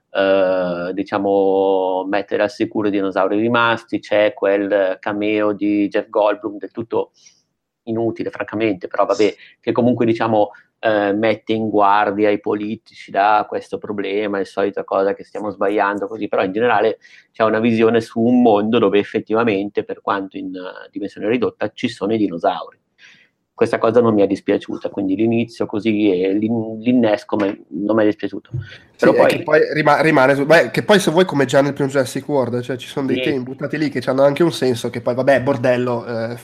C: diciamo mettere al sicuro i dinosauri rimasti, c'è quel cameo di Jeff Goldblum del tutto inutile francamente, però vabbè, che comunque diciamo mette in guardia i politici da questo problema, il solita cosa che stiamo sbagliando così, però in generale c'è una visione su un mondo dove effettivamente, per quanto in dimensione ridotta, ci sono i dinosauri. Questa cosa non mi è dispiaciuta, quindi l'inizio così e l'innesco non mi è dispiaciuto. Però
A: sì,
C: poi,
A: che poi rimane beh, che poi se vuoi come già nel primo Jurassic World, cioè ci sono dei temi buttati lì che hanno anche un senso, che poi vabbè, bordello,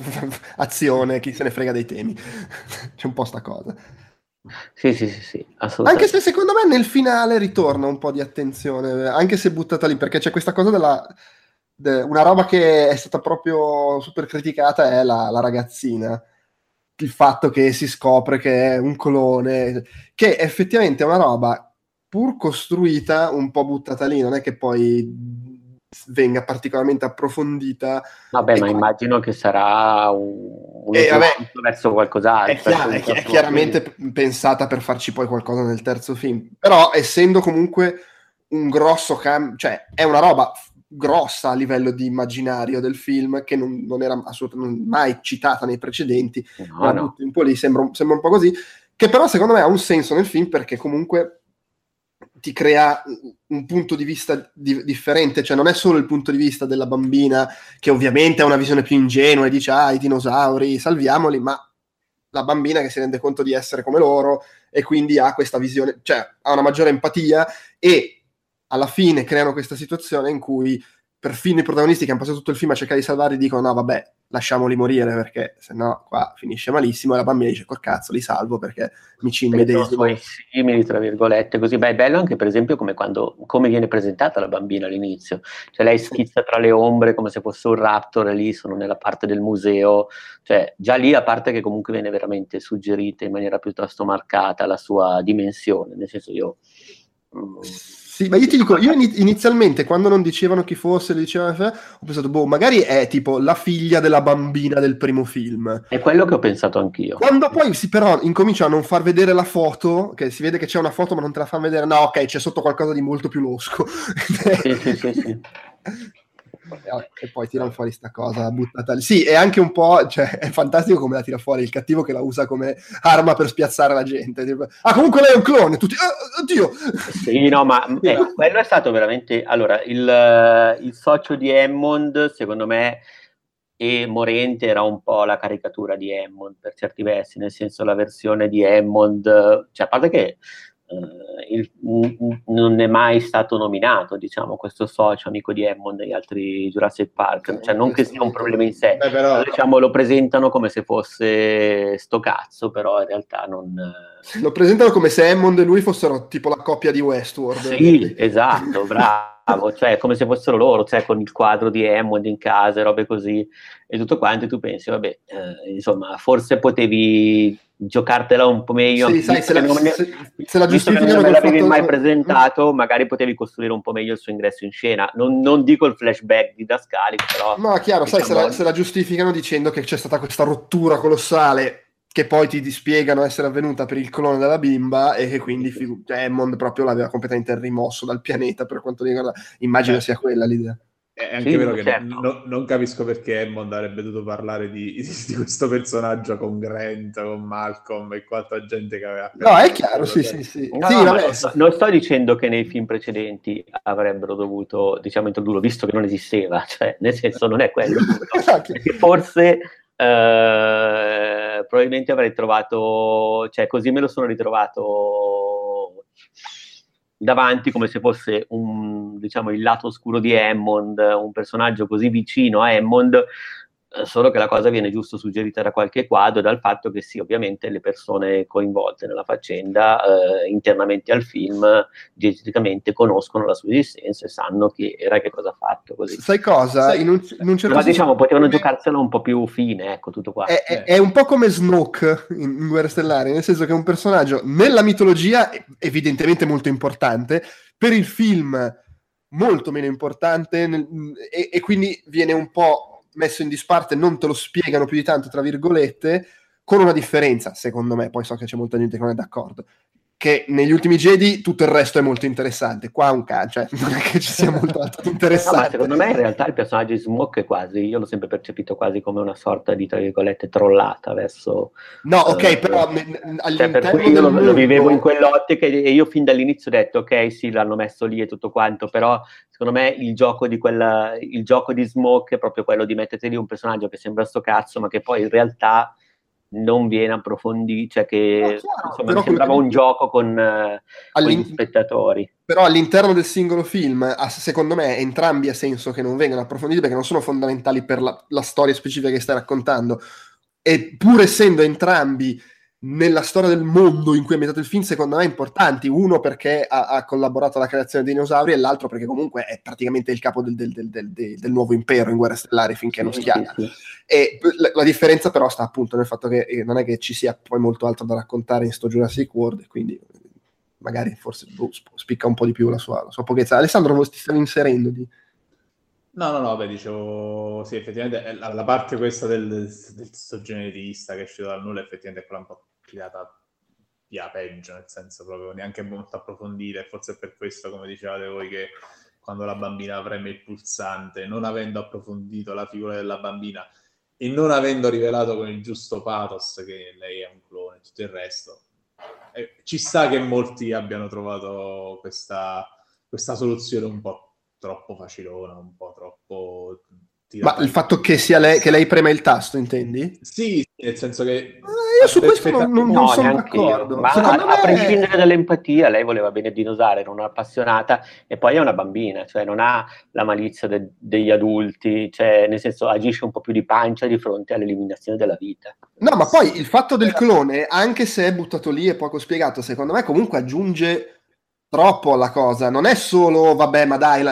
A: azione, chi se ne frega dei temi. C'è un po' sta cosa.
C: Sì, assolutamente.
A: Anche se secondo me nel finale ritorna un po' di attenzione, anche se buttata lì, perché c'è questa cosa una roba che è stata proprio super criticata è la ragazzina. Il fatto che si scopre che è un clone, che effettivamente è una roba pur costruita, un po' buttata lì, non è che poi venga particolarmente approfondita.
C: Vabbè, ma immagino che sarà un verso qualcos'altro.
A: È chiaramente pensata per farci poi qualcosa nel terzo film, però essendo comunque un grosso cioè è una roba grossa a livello di immaginario del film che non era assolutamente mai citata nei precedenti,
C: no.
A: Un po' lì sembra un po' così, che però secondo me ha un senso nel film perché comunque ti crea un punto di vista differente, cioè non è solo il punto di vista della bambina che ovviamente ha una visione più ingenua e dice i dinosauri salviamoli, ma la bambina che si rende conto di essere come loro e quindi ha questa visione, cioè ha una maggiore empatia e alla fine creano questa situazione in cui perfino i protagonisti che hanno passato tutto il film a cercare di salvarli dicono no vabbè, lasciamoli morire perché sennò qua finisce malissimo, e la bambina dice col cazzo li salvo perché mi ci immedesimo.
C: Sono simili tra virgolette così. Beh, è bello anche per esempio come viene presentata la bambina all'inizio, cioè lei schizza tra le ombre come se fosse un raptor e lì sono nella parte del museo, cioè già lì a parte che comunque viene veramente suggerita in maniera piuttosto marcata la sua dimensione, nel senso
A: sì, ma io ti dico, io inizialmente quando non dicevano chi fosse, ho pensato, magari è tipo la figlia della bambina del primo film.
C: È quello che ho pensato anch'io.
A: Quando poi però incominciano a non far vedere la foto, che si vede che c'è una foto ma non te la fanno vedere, no ok, c'è sotto qualcosa di molto più losco.
C: Sì.
A: E poi tirano fuori sta cosa buttata lì. Sì, è anche un po', cioè, è fantastico come la tira fuori il cattivo che la usa come arma per spiazzare la gente. Tipo, comunque lei è un clone, tutti, oddio!
C: Sì, no, ma quello è stato veramente... Allora, il socio di Hammond, secondo me, e morente era un po' la caricatura di Hammond per certi versi, nel senso la versione di Hammond, cioè a parte che non è mai stato nominato, diciamo, questo socio amico di Hammond negli altri Jurassic Park, cioè non che sia un problema in sé, però diciamo lo presentano come se fosse sto cazzo, però in realtà non...
A: Lo presentano come se Hammond e lui fossero tipo la coppia di Westworld.
C: Sì, esatto, bravo, cioè come se fossero loro, cioè con il quadro di Hammond in casa e robe così e tutto quanto, e tu pensi, vabbè, insomma, forse potevi giocartela un po' meglio.
A: Sì, sai, se la
C: visto che non me l'avevi mai presentato, magari potevi costruire un po' meglio il suo ingresso in scena. Non dico il flashback di Dascali, però...
A: No, chiaro, diciamo... sai, se la giustificano dicendo che c'è stata questa rottura colossale che poi ti spiegano essere avvenuta per il clone della bimba e che quindi Hammond proprio l'aveva completamente rimosso dal pianeta, per quanto riguarda, immagino sia quella l'idea.
B: È anche vero che non capisco perché Hammond avrebbe dovuto parlare di questo personaggio con Grant, con Malcolm e quanta gente che aveva...
A: No, è chiaro, sì.
C: Non sto dicendo che nei film precedenti avrebbero dovuto, diciamo, introdurlo, visto che non esisteva, cioè, nel senso non è quello. Perché forse... probabilmente avrei trovato, cioè così me lo sono ritrovato davanti come se fosse diciamo il lato oscuro di Hammond, un personaggio così vicino a Hammond, solo che la cosa viene giusto suggerita da qualche quadro e dal fatto che sì, ovviamente le persone coinvolte nella faccenda internamente al film diegeticamente conoscono la sua esistenza e sanno chi era e che cosa ha fatto. Così.
A: Sai cosa? In un certo senso,
C: diciamo, potevano giocarsela un po' più fine, ecco, tutto qua.
A: È un po' come Snoke in Guerre Stellari, nel senso che è un personaggio nella mitologia evidentemente molto importante, per il film molto meno importante, e quindi viene un po' messo in disparte, non te lo spiegano più di tanto, tra virgolette, con una differenza, secondo me, poi so che c'è molta gente che non è d'accordo, che negli ultimi Jedi tutto il resto è molto interessante, qua un cioè non è che ci sia molto altro interessante.
C: No, ma secondo me in realtà il personaggio di Smoke è quasi, io l'ho sempre percepito quasi come una sorta di, tra virgolette, trollata verso...
A: No, ok, però
C: cioè, per cui io lo vivevo in quell'ottica e io fin dall'inizio ho detto, ok, sì, l'hanno messo lì e tutto quanto, però secondo me il gioco di Smoke è proprio quello di metterti lì un personaggio che sembra sto cazzo, ma che poi in realtà non viene approfondito, cioè che insomma mi sembrava un gioco con gli spettatori.
A: Però all'interno del singolo film, secondo me, entrambi ha senso che non vengano approfonditi perché non sono fondamentali per la storia specifica che stai raccontando. E pur essendo entrambi nella storia del mondo in cui è ambientato il film, secondo me importanti, uno perché ha collaborato alla creazione dei dinosauri e l'altro perché comunque è praticamente il capo del nuovo impero in Guerre Stellari finché non schianta. Sì. E la differenza però sta appunto nel fatto che non è che ci sia poi molto altro da raccontare in sto Jurassic World, quindi magari forse spicca un po' di più la sua pochezza. Alessandro, ti stavi inserendo di...
B: No, beh, dicevo, sì, effettivamente la parte questa del soggenerista che è uscito dal nulla effettivamente è quella un po' tirata via peggio, nel senso proprio neanche molto approfondita, e forse è per questo, come dicevate voi, che quando la bambina preme il pulsante, non avendo approfondito la figura della bambina e non avendo rivelato con il giusto pathos che lei è un clone e tutto il resto, ci sta che molti abbiano trovato questa soluzione un po' troppo facilona, un po' troppo...
A: Ma il fatto che sia lei, che lei prema il tasto, intendi?
B: Sì, nel senso che...
A: io su questo non sono d'accordo.
C: Ma a prescindere dall'empatia, lei voleva bene il dinosauro, non è appassionata, e poi è una bambina, cioè non ha la malizia degli adulti, cioè nel senso agisce un po' più di pancia di fronte all'eliminazione della vita.
A: No, ma poi il fatto del clone, anche se è buttato lì e poco spiegato, secondo me comunque aggiunge troppo alla cosa. Non è solo, vabbè, ma dai,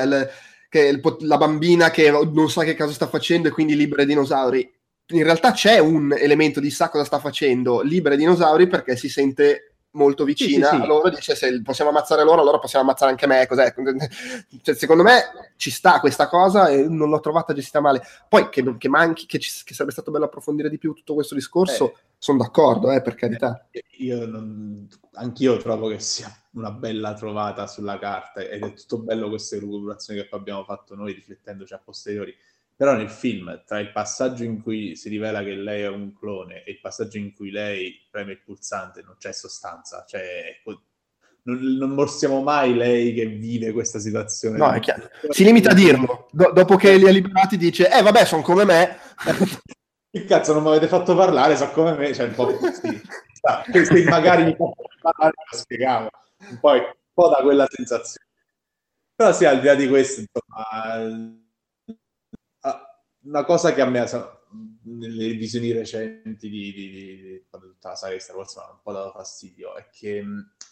A: la bambina che non sa che cosa sta facendo e quindi libera i dinosauri. In realtà c'è un elemento di sa cosa sta facendo, libera i dinosauri perché si sente molto vicina
B: sì.
A: a loro, dice se possiamo ammazzare loro allora possiamo ammazzare anche me, cos'è? Cioè, secondo me ci sta questa cosa e non l'ho trovata gestita male. Poi che manchi, che sarebbe stato bello approfondire di più tutto questo discorso, sono d'accordo, per carità.
B: Anch'io trovo che sia una bella trovata sulla carta ed è tutto bello queste rielaborazioni che poi abbiamo fatto noi riflettendoci a posteriori. Però nel film, tra il passaggio in cui si rivela che lei è un clone e il passaggio in cui lei preme il pulsante, non c'è sostanza. Cioè, non mostriamo mai lei che vive questa situazione.
A: No, è chiaro. Si limita a dirlo. Dopo che li ha liberati dice, vabbè, sono come me.
B: Che cazzo, non mi avete fatto parlare, sono come me. Cioè, un po' così. Se magari mi faccio parlare, lo spiegavo. Un po' da quella sensazione. Però sì, al di là di questo, insomma... Una cosa che a me nelle visioni recenti di tutta la saga di Star Wars mi ha un po' dato fastidio è che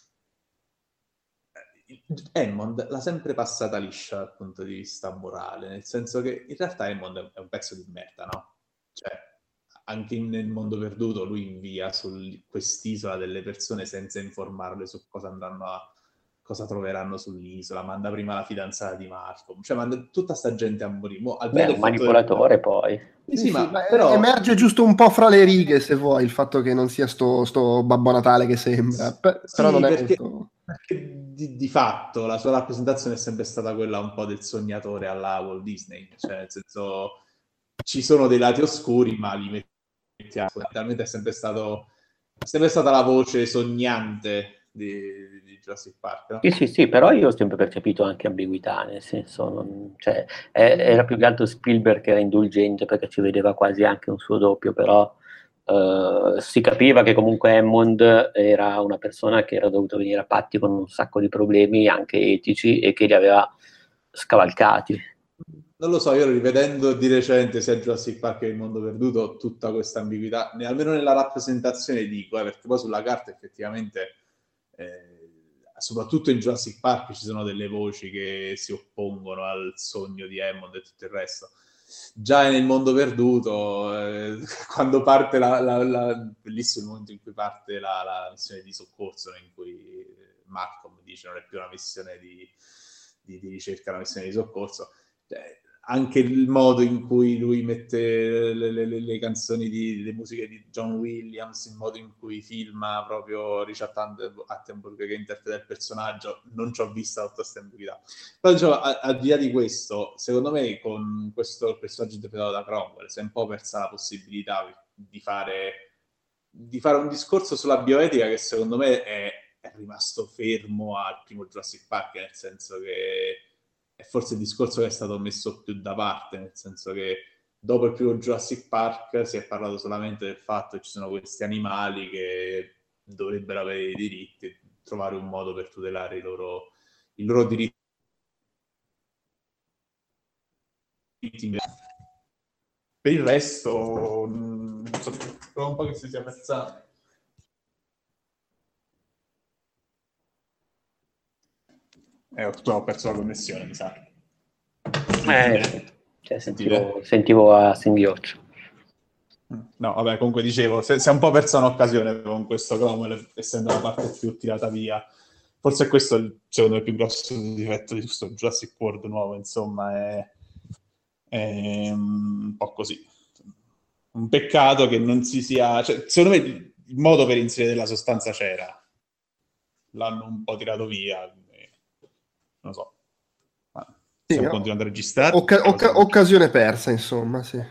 B: Hammond l'ha sempre passata liscia dal punto di vista morale, nel senso che in realtà Hammond è un pezzo di merda, no? Cioè, anche nel Mondo Perduto lui invia su quest'isola delle persone senza informarle su cosa troveranno sull'isola, manda prima la fidanzata di Marco, cioè manda tutta sta gente a morire.
C: Beh, un manipolatore poi.
A: Sì, ma però... Emerge giusto un po' fra le righe, se vuoi, il fatto che non sia sto Babbo Natale che sembra, però non è molto...
B: Perché di fatto la sua rappresentazione è sempre stata quella un po' del sognatore alla Walt Disney, cioè nel senso ci sono dei lati oscuri, ma li mettiamo, talmente è sempre stata la voce sognante di Jurassic Park, no?
C: Sì, però io ho sempre percepito anche ambiguità, nel senso, era più che altro Spielberg che era indulgente perché ci vedeva quasi anche un suo doppio, però si capiva che comunque Hammond era una persona che era dovuta venire a patti con un sacco di problemi anche etici e che li aveva scavalcati.
B: Non lo so, io rivedendo di recente sia Jurassic Park che Il Mondo Perduto, tutta questa ambiguità, almeno nella rappresentazione dico, perché poi sulla carta effettivamente, soprattutto in Jurassic Park ci sono delle voci che si oppongono al sogno di Hammond e tutto il resto. Già nel Mondo Perduto, quando parte bellissimo il momento in cui parte la missione di soccorso, in cui Malcolm dice non è più una missione di ricerca, è una missione di soccorso. Anche il modo in cui lui mette le canzoni, le musiche di John Williams, il modo in cui filma proprio Richard Attenborough che interpreta il personaggio, non ci ho vista tutta questa ambiguità. Però diciamo, al di là di questo, secondo me con questo personaggio interpretato da Cromwell si è un po' persa la possibilità di fare un discorso sulla bioetica che secondo me è rimasto fermo al primo Jurassic Park, nel senso che è forse il discorso che è stato messo più da parte, nel senso che dopo il primo Jurassic Park si è parlato solamente del fatto che ci sono questi animali che dovrebbero avere i diritti, trovare un modo per tutelare i loro diritti. Per il resto, trovo un po' che si sia persa. Ho perso la connessione, mi sa.
C: Sentivo a singhiozzo.
B: No, vabbè, comunque dicevo, si è un po' persa un'occasione con questo Cromwell, essendo la parte più tirata via. Forse questo è secondo me il più grosso difetto di questo Jurassic World nuovo, insomma, è un po' così. Un peccato che non si sia... Cioè, secondo me il modo per inserire della sostanza c'era. L'hanno un po' tirato via. Non so. Stiamo continuando a registrare.
A: Occasione persa, insomma, sì.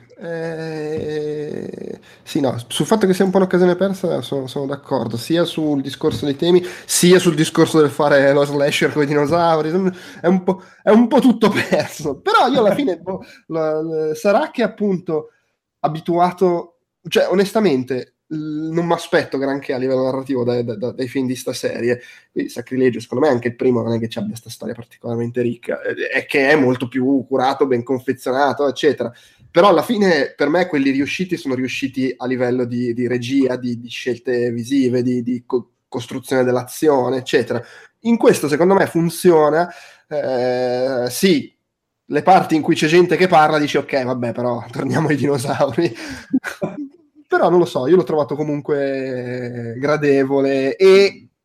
A: Sì, no, sul fatto che sia un po' un'occasione persa sono d'accordo, sia sul discorso dei temi, sia sul discorso del fare lo slasher con i dinosauri. È un po' tutto perso. Però io alla fine sarà che appunto abituato, cioè onestamente non mi aspetto granché a livello narrativo dai film di sta serie. Quindi Sacrilegio, secondo me anche il primo non è che abbia questa storia particolarmente ricca, è che è molto più curato, ben confezionato, eccetera. Però alla fine per me quelli riusciti sono riusciti a livello di regia, di scelte visive, di costruzione dell'azione, eccetera. In questo secondo me funziona. Sì, le parti in cui c'è gente che parla dici ok, vabbè, però torniamo ai dinosauri. Però non lo so, io l'ho trovato comunque gradevole e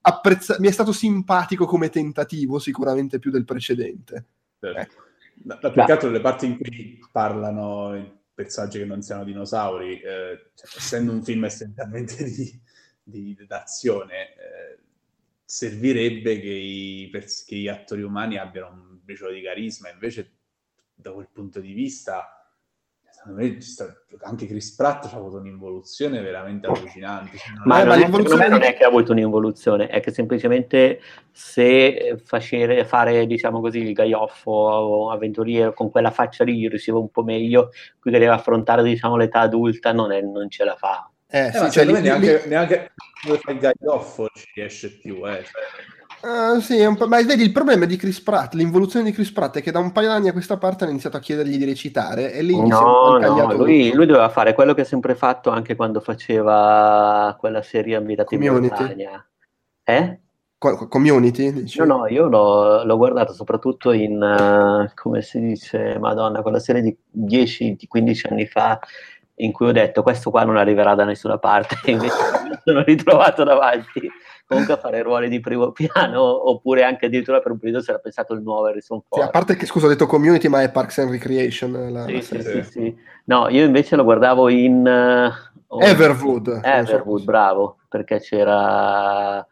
A: mi è stato simpatico come tentativo, sicuramente più del precedente.
B: Certo. Più che altro le parti in cui parlano i personaggi che non siano dinosauri, essendo un film essenzialmente d'azione, servirebbe che gli attori umani abbiano un briciolo di carisma, invece da quel punto di vista secondo me anche Chris Pratt ha avuto un'involuzione veramente allucinante.
C: Ma secondo me non è che ha avuto un'involuzione, è che semplicemente se fare diciamo così il gaioffo o avventuriero con quella faccia lì riusciva un po' meglio, qui che deve affrontare diciamo l'età adulta non ce la fa.
B: Sì, secondo me neanche dove fa il gaioffo ci riesce più.
A: Sì, ma vedi, il problema di Chris Pratt, l'involuzione di Chris Pratt è che da un paio d'anni a questa parte hanno iniziato a chiedergli di recitare e lì
C: lui doveva fare quello che ha sempre fatto anche quando faceva quella serie ambientata in montagna.
A: Community? Dici?
C: No, io l'ho guardato soprattutto in, come si dice, Madonna, quella serie di 10-15 anni fa in cui ho detto questo qua non arriverà da nessuna parte e invece mi sono ritrovato davanti comunque a fare ruoli di primo piano, oppure anche addirittura per un periodo si era pensato il nuovo Harrison Ford.
A: Sì, a parte che, scusa, ho detto Community, ma è Parks and Recreation.
C: Sì. No, io invece lo guardavo in
A: Everwood,
C: bravo, perché c'era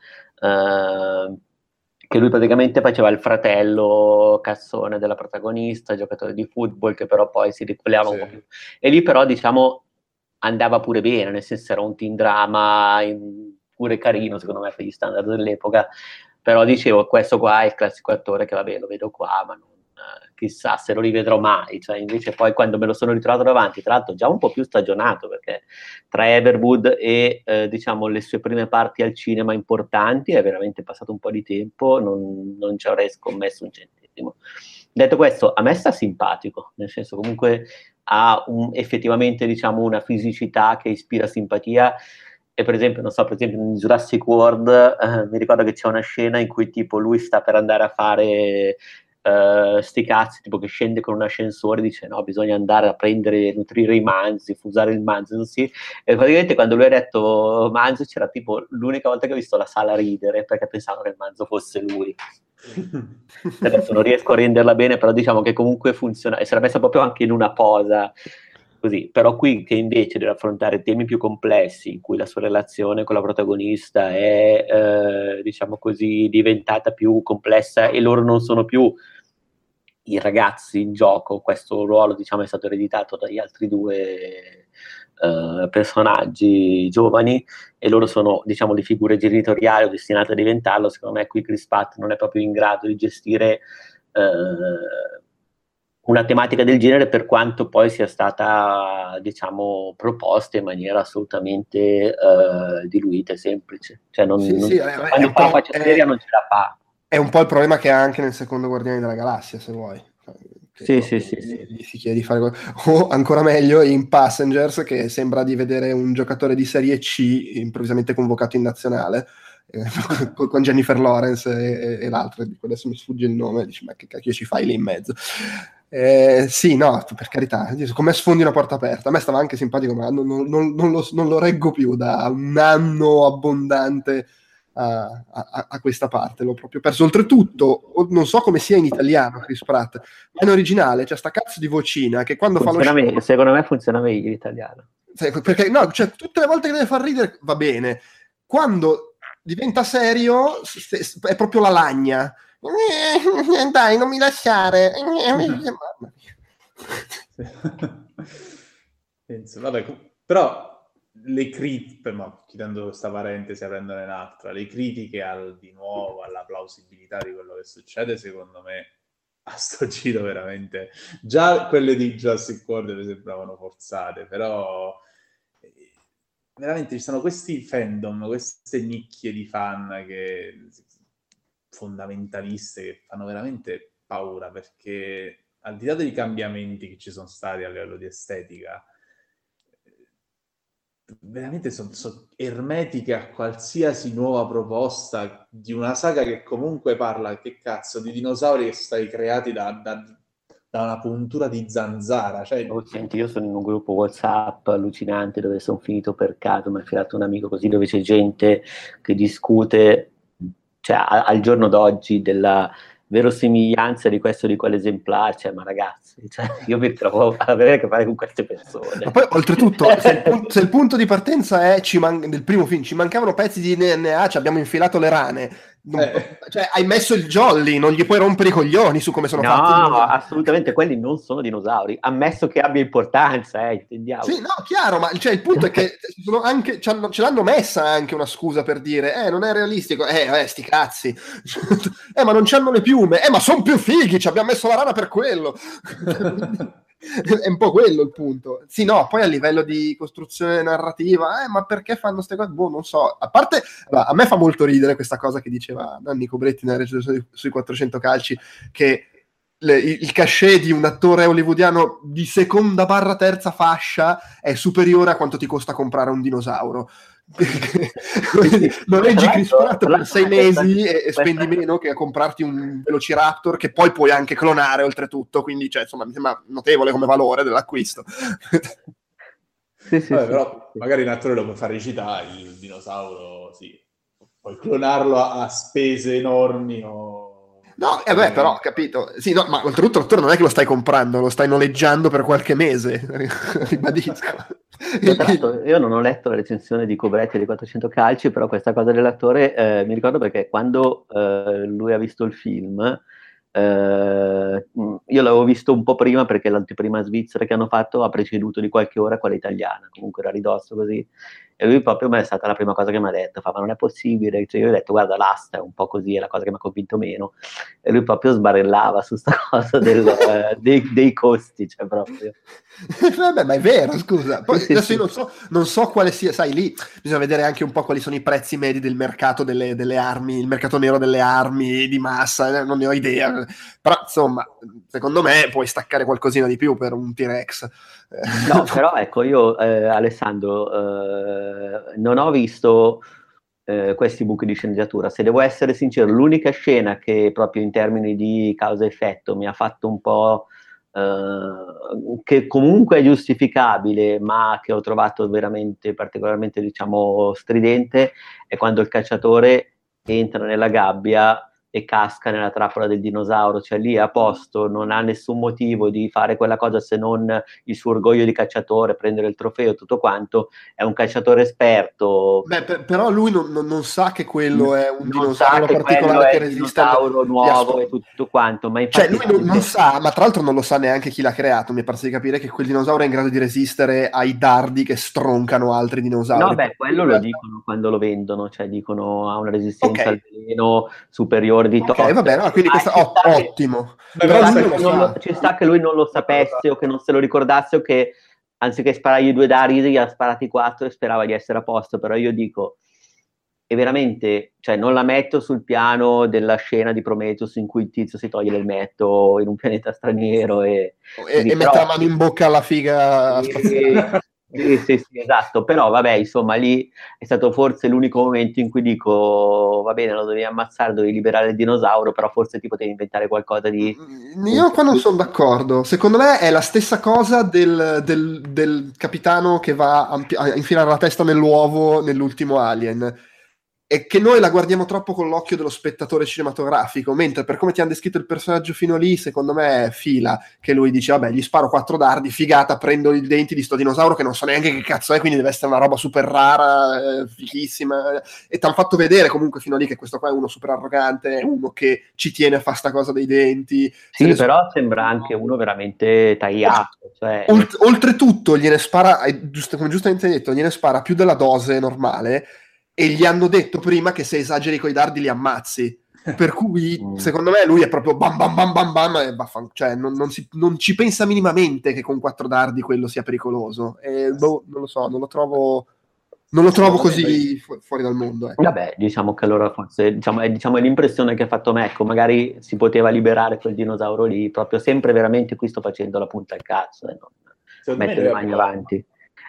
C: che lui praticamente faceva il fratello cazzone della protagonista, giocatore di football, che però poi si ricollegava un po' più. E lì però, diciamo, andava pure bene, nel senso era un teen drama pure carino, secondo me, per gli standard dell'epoca, però dicevo, questo qua è il classico attore che, vabbè, lo vedo qua, ma non, chissà se lo rivedrò mai, cioè invece poi quando me lo sono ritrovato davanti, tra l'altro già un po' più stagionato, perché tra Everwood e diciamo le sue prime parti al cinema importanti è veramente passato un po' di tempo, non ci avrei scommesso un centesimo. Detto questo, a me sta simpatico, nel senso comunque ha effettivamente diciamo una fisicità che ispira simpatia. E per esempio, non so, per esempio in Jurassic World mi ricordo che c'è una scena in cui tipo lui sta per andare a fare sti cazzi, tipo che scende con un ascensore e dice no, bisogna andare a prendere, nutrire i manzi, fusare il manzo, sì. E praticamente quando lui ha detto manzo c'era tipo l'unica volta che ho visto la sala ridere perché pensavo che il manzo fosse lui. Adesso non riesco a renderla bene, però diciamo che comunque funziona e si era messa proprio anche in una posa così, però qui che invece deve affrontare temi più complessi in cui la sua relazione con la protagonista è diciamo così diventata più complessa e loro non sono più i ragazzi in gioco, questo ruolo diciamo è stato ereditato dagli altri due personaggi giovani e loro sono diciamo le figure genitoriali o destinate a diventarlo. Secondo me qui Chris Pratt non è proprio in grado di gestire una tematica del genere, per quanto poi sia stata diciamo proposta in maniera assolutamente diluita e semplice, cioè quando fa la faccia seria non ce la fa.
A: È un po' il problema che ha anche nel secondo Guardiani della Galassia, se vuoi.
C: Sì.
A: Gli si chiede di fare o ancora meglio in Passengers, che sembra di vedere un giocatore di Serie C improvvisamente convocato in nazionale con Jennifer Lawrence e l'altro, adesso mi sfugge il nome, dici ma che cacchio ci fai lì in mezzo? Sì, no, per carità, come sfondi una porta aperta. A me stava anche simpatico, ma non lo reggo più da un anno abbondante a questa parte, l'ho proprio perso. Oltretutto, non so come sia in italiano Chris Pratt, ma in originale c'è sta cazzo di vocina che quando fa lo show,
C: secondo me funziona meglio in italiano,
A: perché no, cioè, tutte le volte che deve far ridere va bene, quando diventa serio è proprio la lagna. Dai, non mi lasciare.
B: Vabbè, però le critiche, chiudendo questa parentesi, aprendone un'altra, le critiche di nuovo alla plausibilità di quello che succede, secondo me a sto giro veramente, già quelle di Jurassic World mi sembravano forzate, però veramente ci sono questi fandom, queste nicchie di fan fondamentaliste che fanno veramente paura, perché al di là dei cambiamenti che ci sono stati a livello di estetica, veramente sono ermetiche a qualsiasi nuova proposta di una saga che comunque parla, che cazzo, di dinosauri che sono stati creati da una puntura di zanzara. Cioè...
C: Senti, io sono in un gruppo WhatsApp allucinante dove sono finito per caso, mi ha filato un amico così, dove c'è gente che discute cioè, al giorno d'oggi della verosimiglianza di questo di quell'esemplare, cioè, ma ragazzi, cioè, io mi trovo ad avere a che fare con queste persone.
A: Ma poi, oltretutto, se il punto di partenza è del primo film, ci mancavano pezzi di DNA, ci abbiamo infilato le rane, cioè hai messo il jolly, non gli puoi rompere i coglioni su come sono fatti i
C: No,
A: dinosauri.
C: assolutamente, quelli non sono dinosauri, ammesso che abbia importanza, intendiamo.
A: Sì, no, chiaro, ma cioè, il punto è che sono anche, ce l'hanno messa anche una scusa per dire, non è realistico, sti cazzi, ma non c'hanno le piume, ma sono più fighi, ci abbiamo messo la rana per quello. È un po' quello il punto. Sì, no, poi a livello di costruzione narrativa, ma perché fanno queste cose? Boh, non so. A parte, allora, a me fa molto ridere questa cosa che diceva Nanni Cobretti nella recensione sui 400 calci, che il cachet di un attore hollywoodiano di seconda barra terza fascia è superiore a quanto ti costa comprare un dinosauro. Non leggi Chris Pratt per 6 mesi e spendi meno che a comprarti un Velociraptor che poi puoi anche clonare oltretutto, quindi cioè, insomma mi sembra notevole come valore dell'acquisto.
B: Vabbè, però magari un attore lo puoi far recitare il dinosauro, sì, puoi clonarlo a spese enormi
A: No, però, capito. Sì, no, ma oltretutto l'attore non è che lo stai comprando, lo stai noleggiando per qualche mese, ribadisco.
C: Io non ho letto la recensione di Cobretti di 400 calci, però questa cosa dell'attore mi ricordo perché quando lui ha visto il film, io l'avevo visto un po' prima perché l'anteprima svizzera che hanno fatto ha preceduto di qualche ora quella italiana, comunque era a ridosso così, e lui proprio è stata la prima cosa che mi ha detto, ma non è possibile, cioè, io gli ho detto guarda l'asta è un po' così, è la cosa che mi ha convinto meno, e lui proprio sbarellava su sta cosa dei costi, cioè proprio.
A: Vabbè, ma è vero, scusa. Poi
C: Sì,
A: adesso
C: sì.
A: io non so quale sia, sai, lì bisogna vedere anche un po' quali sono i prezzi medi del mercato delle armi, il mercato nero delle armi di massa, non ne ho idea. Però, insomma, secondo me puoi staccare qualcosina di più per un T-Rex.
C: No, però ecco, io, Alessandro, non ho visto questi buchi di sceneggiatura. Se devo essere sincero, l'unica scena che proprio in termini di causa-effetto mi ha fatto un po'... che comunque è giustificabile, ma che ho trovato veramente particolarmente, diciamo, stridente, è quando il cacciatore entra nella gabbia e casca nella trappola del dinosauro, cioè lì è a posto, non ha nessun motivo di fare quella cosa se non il suo orgoglio di cacciatore, prendere il trofeo, tutto quanto, è un cacciatore esperto.
A: Beh, però lui non sa che quello è un
C: Non sa
A: dinosauro
C: che quello
A: particolare
C: è
A: che
C: il
A: resiste
C: dinosauro nuovo e tutto quanto, ma
A: Cioè,
C: infatti
A: lui non sa, ma tra l'altro non lo sa neanche chi l'ha creato, mi pare di capire che quel dinosauro è in grado di resistere ai dardi che stroncano altri dinosauri.
C: no, beh, quello lo dicono quando lo vendono, cioè dicono ha una resistenza al veleno superiore di tot.
A: Ok, va bene, quindi questo è ottimo. Però lui non lo sa.
C: Ci sta che lui non lo sapesse o che non se lo ricordasse o che anziché sparargli 2 dardi gli ha sparati 4 e sperava di essere a posto, però io dico, e veramente, cioè non la metto sul piano della scena di Prometheus in cui il tizio si toglie l'elmetto in un pianeta straniero e
A: mette la mano in bocca alla figa spaziale.
C: Sì, esatto, però vabbè, insomma, lì è stato forse l'unico momento in cui dico, va bene, lo dovevi ammazzare, dovevi liberare il dinosauro, però forse ti potevi inventare qualcosa di...
A: Io qua non sono d'accordo. Secondo me è la stessa cosa del capitano che va a infilare la testa nell'uovo nell'ultimo Alien. È che noi la guardiamo troppo con l'occhio dello spettatore cinematografico, mentre per come ti hanno descritto il personaggio fino lì, secondo me fila, che lui dice, vabbè, gli sparo 4 dardi, figata, prendo i denti di sto dinosauro che non so neanche che cazzo è, quindi deve essere una roba super rara, fighissima, e ti hanno fatto vedere comunque fino lì che questo qua è uno super arrogante, è uno che ci tiene a fare sta cosa dei denti.
C: Sì, però sembra anche uno veramente tagliato. Cioè...
A: Oltretutto gliene spara, come giustamente hai detto, gliene spara più della dose normale, e gli hanno detto prima che se esageri coi dardi li ammazzi, per cui secondo me lui è proprio bam bam bam bam bam e cioè non ci pensa minimamente che con 4 dardi quello sia pericoloso, e non lo so, non lo trovo così fuori dal mondo, ecco.
C: Vabbè, diciamo che allora forse diciamo, è l'impressione che ha fatto me, ecco, magari si poteva liberare quel dinosauro lì, proprio sempre veramente qui sto facendo la punta al cazzo e non mettere le mani avanti.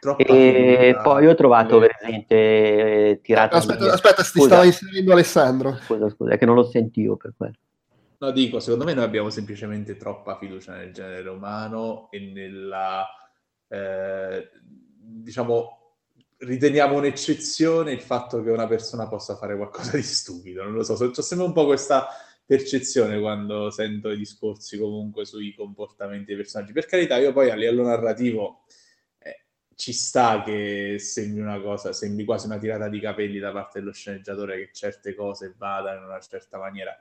C: E poi ho trovato veramente tirata
A: aspetta, ti stava inserendo Alessandro.
C: Scusa, è che non lo sentivo per quello.
B: No, dico, secondo me noi abbiamo semplicemente troppa fiducia nel genere umano e nella diciamo riteniamo un'eccezione il fatto che una persona possa fare qualcosa di stupido, non lo so, c'è sempre un po' questa percezione quando sento i discorsi comunque sui comportamenti dei personaggi. Per carità, io poi a livello narrativo ci sta che sembri quasi una tirata di capelli da parte dello sceneggiatore che certe cose vadano in una certa maniera,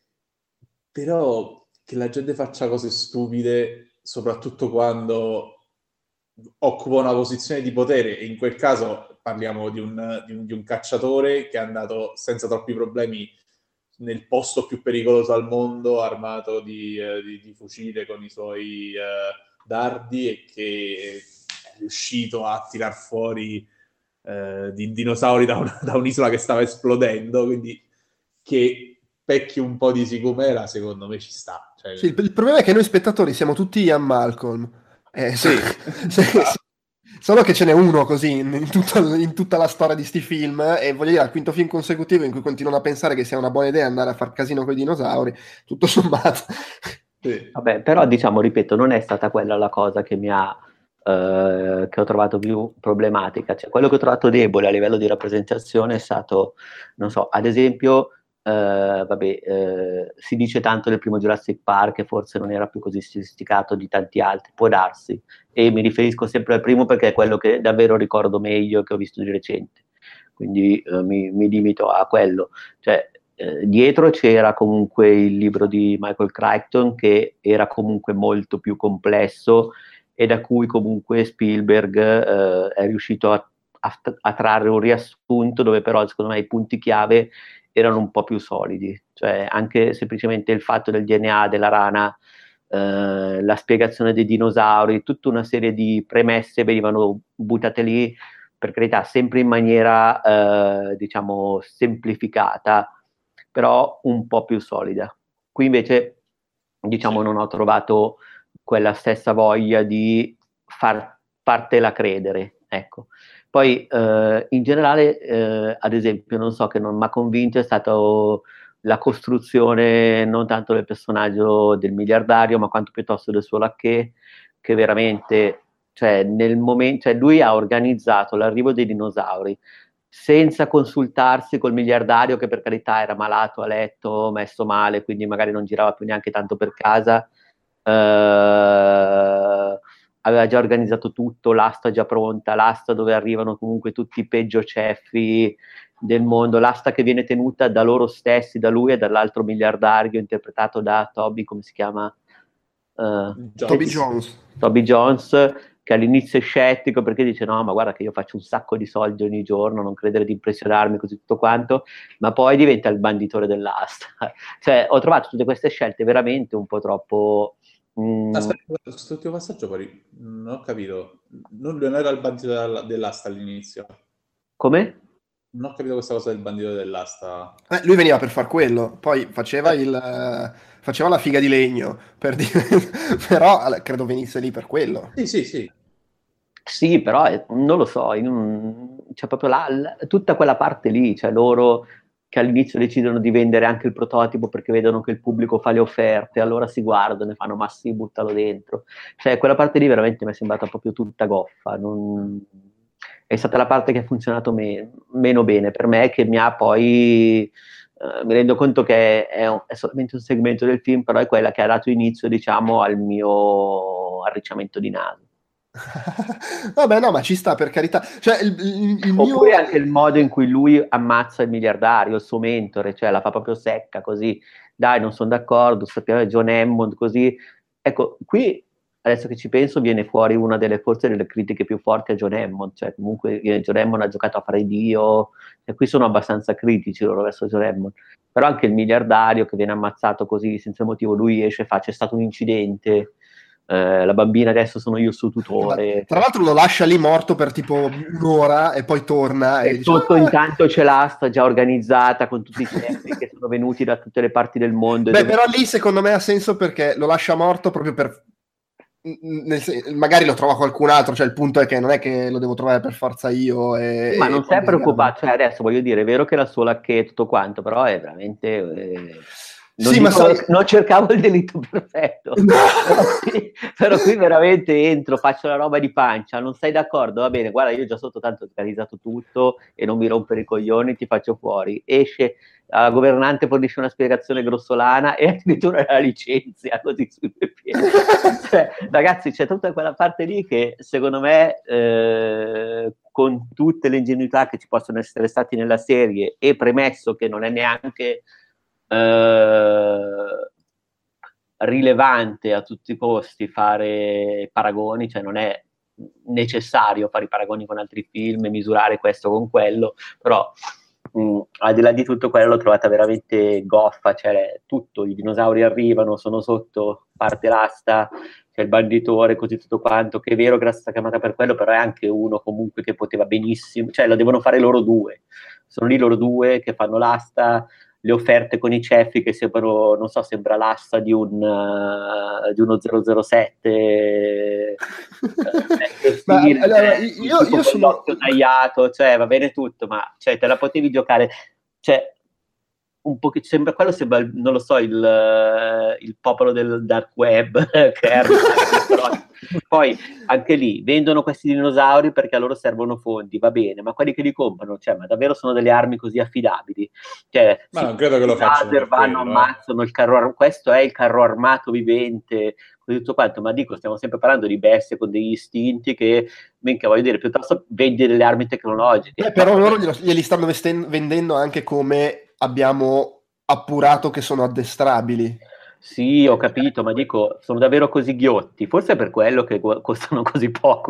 B: però che la gente faccia cose stupide, soprattutto quando occupa una posizione di potere, e in quel caso parliamo di un cacciatore che è andato senza troppi problemi nel posto più pericoloso al mondo, armato di fucile con i suoi dardi, e che è riuscito a tirar fuori di dinosauri da un'isola che stava esplodendo, quindi che pecchi un po' di sicumera, secondo me ci sta. Cioè,
A: Sì, il problema è che noi spettatori siamo tutti Ian Malcolm.
B: sì.
A: Solo che ce n'è uno così in tutta la storia di sti film, e voglio dire, al quinto film consecutivo in cui continuano a pensare che sia una buona idea andare a far casino con i dinosauri, tutto sommato.
B: Sì.
C: Vabbè, però diciamo, ripeto, non è stata quella la cosa che mi ha che ho trovato più problematica. Cioè, quello che ho trovato debole a livello di rappresentazione è stato, non so, ad esempio, si dice tanto del primo Jurassic Park che forse non era più così sofisticato di tanti altri, può darsi, e mi riferisco sempre al primo perché è quello che davvero ricordo meglio, che ho visto di recente, quindi mi limito a quello. Cioè, dietro c'era comunque il libro di Michael Crichton, che era comunque molto più complesso e da cui comunque Spielberg è riuscito a trarre un riassunto dove però secondo me i punti chiave erano un po' più solidi, cioè anche semplicemente il fatto del DNA della rana, la spiegazione dei dinosauri, tutta una serie di premesse venivano buttate lì, per carità, sempre in maniera diciamo semplificata, però un po' più solida. Qui invece diciamo non ho trovato quella stessa voglia di fartela credere, ecco. Poi in generale, ad esempio, non so, che non mi ha convinto è stata la costruzione non tanto del personaggio del miliardario, ma quanto piuttosto del suo lacchè, che veramente, cioè, nel momento, cioè, lui ha organizzato l'arrivo dei dinosauri senza consultarsi col miliardario, che per carità era malato a letto, messo male, quindi magari non girava più neanche tanto per casa. Aveva già organizzato tutto, l'asta già pronta, l'asta dove arrivano comunque tutti i peggio ceffi del mondo, l'asta che viene tenuta da loro stessi, da lui e dall'altro miliardario interpretato da Toby, come si chiama?
A: Toby Jones.
C: Toby Jones, che all'inizio è scettico perché dice no, ma guarda che io faccio un sacco di soldi ogni giorno, non credere di impressionarmi, così tutto quanto, ma poi diventa il banditore dell'asta. Cioè, ho trovato tutte queste scelte veramente un po' troppo...
B: Aspetta, quest'ultimo passaggio poi non ho capito. Non era il bandito dell'asta all'inizio.
C: Come?
B: Non ho capito questa cosa del bandito dell'asta.
A: Lui veniva per far quello, poi faceva la figa di legno, per dire, però credo venisse lì per quello.
B: Sì.
C: Sì, però non lo so, c'è proprio tutta quella parte lì, cioè loro che all'inizio decidono di vendere anche il prototipo perché vedono che il pubblico fa le offerte, allora si guardano e fanno ma sì, buttalo dentro. Cioè quella parte lì veramente mi è sembrata proprio tutta goffa, è stata la parte che ha funzionato meno bene per me, che mi ha poi... mi rendo conto che è solamente un segmento del film, però è quella che ha dato inizio, diciamo, al mio arricciamento di naso.
A: Vabbè, no, ma ci sta, per carità. Cioè,
C: Oppure anche il modo in cui lui ammazza il miliardario, il suo mentore, cioè la fa proprio secca così. Dai, non sono d'accordo, sappiamo John Hammond così. Ecco, qui adesso che ci penso viene fuori una delle forse delle critiche più forti a John Hammond, cioè comunque John Hammond ha giocato a fare Dio, e qui sono abbastanza critici loro verso John Hammond. Però anche il miliardario che viene ammazzato così senza motivo, lui esce e fa c'è stato un incidente, la bambina adesso sono io il suo tutore.
A: Tra l'altro lo lascia lì morto per tipo un'ora e poi torna
C: e sotto intanto c'è l'asta già organizzata con tutti i tempi che sono venuti da tutte le parti del mondo.
A: Beh, però lì secondo me ha senso perché lo lascia morto proprio per... magari lo trova qualcun altro, cioè il punto è che non è che lo devo trovare per forza io.
C: Ma non sei preoccupato, cioè adesso voglio dire, è vero che la sua lacchè e tutto quanto, però è veramente... Non cercavo il delitto perfetto, però qui veramente entro, faccio la roba di pancia, non sei d'accordo? Va bene, guarda, io già sotto tanto ho organizzato tutto e non mi rompere i coglioni, ti faccio fuori. Esce, la governante fornisce una spiegazione grossolana e addirittura la licenzia così sui due piedi. Cioè, ragazzi, c'è tutta quella parte lì che secondo me, con tutte le ingenuità che ci possono essere stati nella serie, e premesso che non è neanche rilevante a tutti i costi fare paragoni, cioè non è necessario fare i paragoni con altri film e misurare questo con quello, però al di là di tutto quello l'ho trovata veramente goffa, cioè tutto, i dinosauri arrivano, sono sotto, parte l'asta, c'è il banditore, così tutto quanto, che è vero che era stata chiamata per quello, però è anche uno comunque che poteva benissimo, cioè lo devono fare loro due, sono lì loro due che fanno l'asta, le offerte con i ceffi che sembrano, non so, sembra l'asta di uno 007
A: ma allora, io sono
C: l'occhio tagliato, cioè va bene tutto, ma cioè, te la potevi giocare, cioè un po' che sembra, quello sembra, non lo so, il popolo del dark web che è arrivato. Poi anche lì vendono questi dinosauri perché a loro servono fondi, va bene, ma quelli che li comprano, cioè, ma davvero sono delle armi così affidabili? Cioè,
D: ma non credo che lo facciano per
C: vanno,
D: quello,
C: ammazzano il carro, questo è il carro armato vivente, così tutto quanto, ma dico, stiamo sempre parlando di bestie con degli istinti che, minchia, voglio dire, piuttosto vendi delle armi tecnologiche.
A: Però loro glieli stanno vendendo anche come abbiamo appurato che sono addestrabili.
C: Sì, ho capito, ma dico, sono davvero così ghiotti, forse è per quello che costano così poco.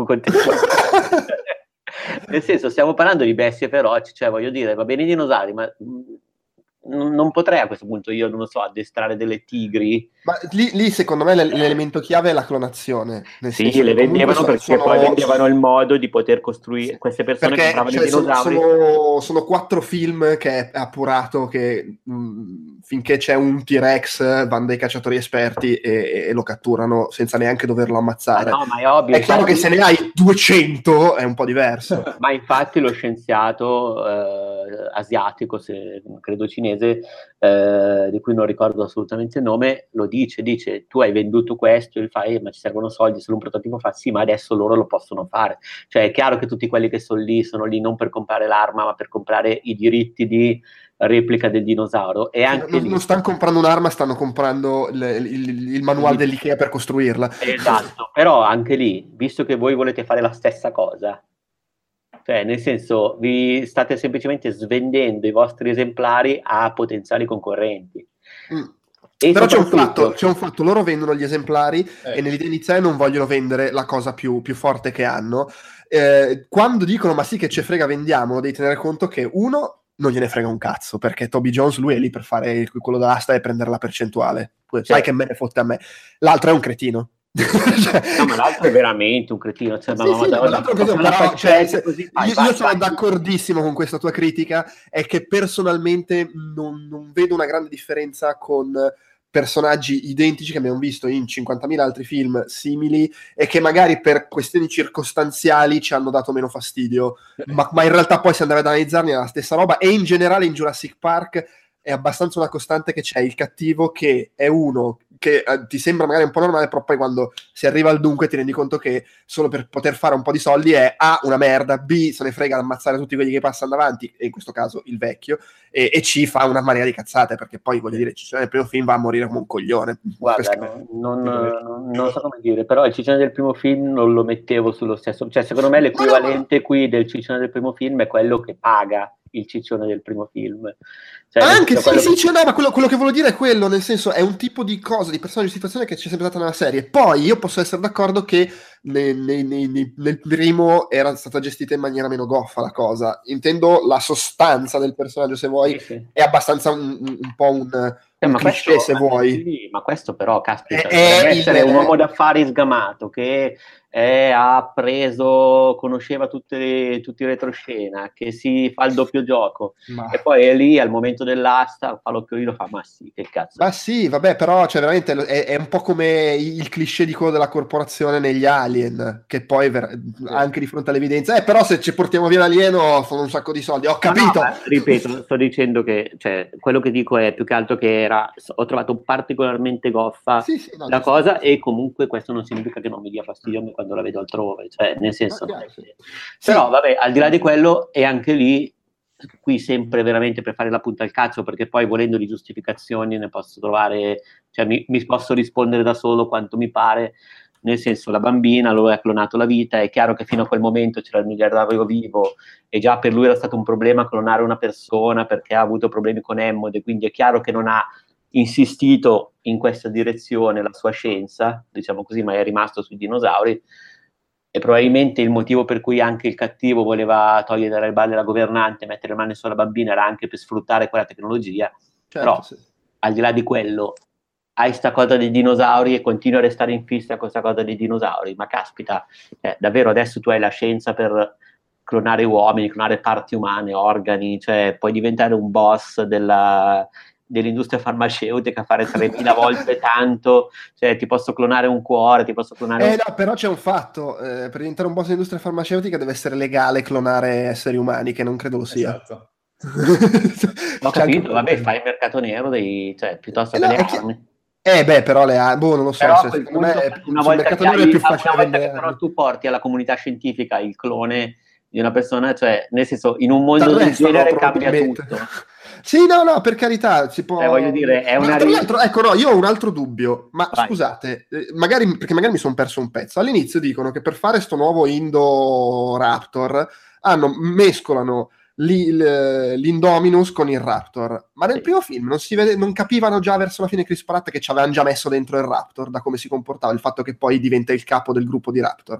C: Nel senso, stiamo parlando di bestie feroci, cioè voglio dire, va bene i dinosauri, ma non potrei a questo punto io, non lo so, addestrare delle tigri?
A: Ma lì secondo me l'elemento chiave è la clonazione.
C: Sì, le vendevano perché poi vendevano il modo di poter costruire queste persone che compravano i dinosauri.
A: Sono 4 film che è appurato che finché c'è un T-Rex vanno dai cacciatori esperti e lo catturano senza neanche doverlo ammazzare.
C: No, ma è ovvio.
A: È chiaro che se ne hai 200 è un po' diverso.
C: Ma infatti lo scienziato asiatico, credo cinese, di cui non ricordo assolutamente il nome, lo dice, tu hai venduto questo, e fai, ma ci servono soldi, se un prototipo fa sì, ma adesso loro lo possono fare. Cioè è chiaro che tutti quelli che sono lì non per comprare l'arma, ma per comprare i diritti di replica del dinosauro. E anche
A: non stanno comprando un'arma, stanno comprando il manuale dell'Ikea per costruirla.
C: Esatto, però anche lì, visto che voi volete fare la stessa cosa, cioè nel senso vi state semplicemente svendendo i vostri esemplari a potenziali concorrenti.
A: Però c'è un fatto, loro vendono gli esemplari e nell'idea iniziale non vogliono vendere la cosa più forte che hanno. Quando dicono ma sì che ce frega vendiamo, devi tenere conto che uno non gliene frega un cazzo, perché Toby Jones lui è lì per fare quello dell'asta e prendere la percentuale, sai che me ne fotte a me. L'altro è un cretino.
C: No, ma l'altro è veramente un cretino, cioè,
A: io sono d'accordissimo con questa tua critica, è che personalmente non vedo una grande differenza con personaggi identici che abbiamo visto in 50.000 altri film simili e che magari per questioni circostanziali ci hanno dato meno fastidio, ma in realtà poi se andare ad analizzarli è la stessa roba. E in generale in Jurassic Park è abbastanza una costante che c'è il cattivo che è uno che ti sembra magari un po' normale, però poi quando si arriva al dunque ti rendi conto che solo per poter fare un po' di soldi è A, una merda, B, se ne frega ad ammazzare tutti quelli che passano davanti, e in questo caso il vecchio, e C, fa una marea di cazzate, perché poi voglio dire, Ciccione nel primo film va a morire come un coglione.
C: Guarda, non so come dire, però il Ciccione del primo film non lo mettevo sullo stesso, cioè secondo me l'equivalente qui del Ciccione del primo film è quello che paga il Ciccione del primo film. Cioè,
A: anche sì, ma quello che volevo dire è quello, nel senso è un tipo di cosa, di personaggio, di situazione che c'è sempre stata nella serie. Poi io posso essere d'accordo che nel primo era stata gestita in maniera meno goffa la cosa, intendo la sostanza del personaggio, se vuoi, è abbastanza un po' un cliché, questo, se vuoi.
C: Sì, ma questo però, caspita, deve essere un uomo d'affari sgamato che conosceva tutti i retroscena, che si fa il doppio gioco, e poi è lì al momento dell'asta, fa l'occhiolino, fa ma sì, che cazzo.
A: Ma sì, vabbè, però cioè, veramente è un po' come il cliché di quello della corporazione negli Alien, che poi anche di fronte all'evidenza, però se ci portiamo via l'alieno fanno un sacco di soldi, ho capito.
C: No, ripeto, sto dicendo che, cioè, quello che dico è più che altro che ho trovato particolarmente goffa
A: no,
C: la cosa, e comunque questo non significa che non mi dia fastidio quando la vedo altrove, cioè nel senso però vabbè, al di là di quello, e anche lì qui sempre veramente per fare la punta al cazzo, perché poi volendo di giustificazioni ne posso trovare, cioè mi posso rispondere da solo quanto mi pare, nel senso la bambina, lui ha clonato la vita, è chiaro che fino a quel momento c'era il miliardario vivo e già per lui era stato un problema clonare una persona perché ha avuto problemi con Emmode, quindi è chiaro che non ha insistito in questa direzione la sua scienza, diciamo così, ma è rimasto sui dinosauri, e probabilmente il motivo per cui anche il cattivo voleva togliere dalle balle la governante, mettere le mani sulla bambina, era anche per sfruttare quella tecnologia. Però al di là di quello hai sta cosa dei dinosauri e continui a restare in fissa con questa cosa dei dinosauri, ma caspita, davvero adesso tu hai la scienza per clonare uomini, clonare parti umane, organi, cioè puoi diventare un boss dell'industria farmaceutica, fare 3000 volte tanto, cioè ti posso clonare un cuore, ti posso clonare
A: no, però c'è un fatto, per diventare un boss dell'industria farmaceutica deve essere legale clonare esseri umani, che non credo lo sia.
B: Esatto.
C: Ho capito, vabbè, fai il mercato nero cioè, piuttosto che le armi.
A: Però non lo so,
C: però
A: cioè, secondo me
C: una volta che
A: è più facile vendere.
C: Però tu porti alla comunità scientifica il clone di una persona, cioè nel senso in un mondo del genere cambia tutto.
A: Sì, no, per carità, si può.
C: Voglio dire, è una.
A: Tra l'altro, ecco, no, io ho un altro dubbio, ma scusate, perché magari mi sono perso un pezzo. All'inizio dicono che per fare sto nuovo Indoraptor mescolano l'Indominus con il Raptor, ma nel primo film non si vede, non capivano già verso la fine Chris Pratt che ci avevano già messo dentro il Raptor, da come si comportava, il fatto che poi diventa il capo del gruppo di Raptor.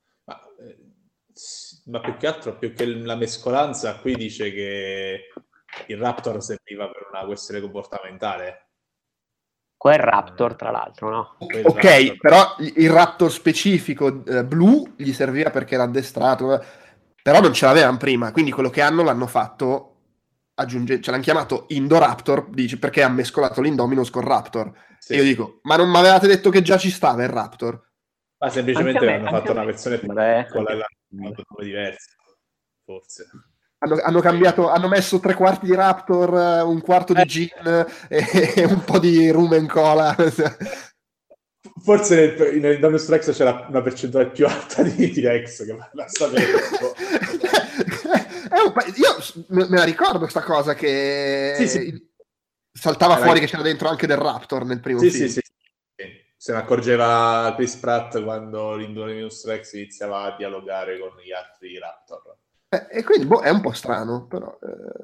B: Ma più che altro, più che la mescolanza, qui dice che il Raptor serviva per una questione comportamentale.
C: Quel Raptor, tra l'altro, no?
A: Ok, Raptor. Però il Raptor specifico blu gli serviva perché era addestrato, però non ce l'avevano prima, quindi quello che l'hanno fatto ce l'hanno chiamato Indoraptor, dici, perché ha mescolato l'Indominus con Raptor. Sì. E io dico, ma non mi avevate detto che già ci stava il Raptor?
B: Ma semplicemente hanno fatto una versione più piccola e l'hanno fatto due diverse, forse.
A: Hanno cambiato, hanno messo 3/4 di Raptor, un quarto di gin e un po' di rum and cola.
B: Forse nel Dominus Rex c'era una percentuale più alta di T-Rex che la sapevo.
A: Io me la ricordo sta cosa che saltava fuori che c'era dentro anche del Raptor nel primo film.
B: Sì. Se ne accorgeva Chris Pratt quando l'Indominus Rex iniziava a dialogare con gli altri Raptor.
A: E quindi è un po' strano, però.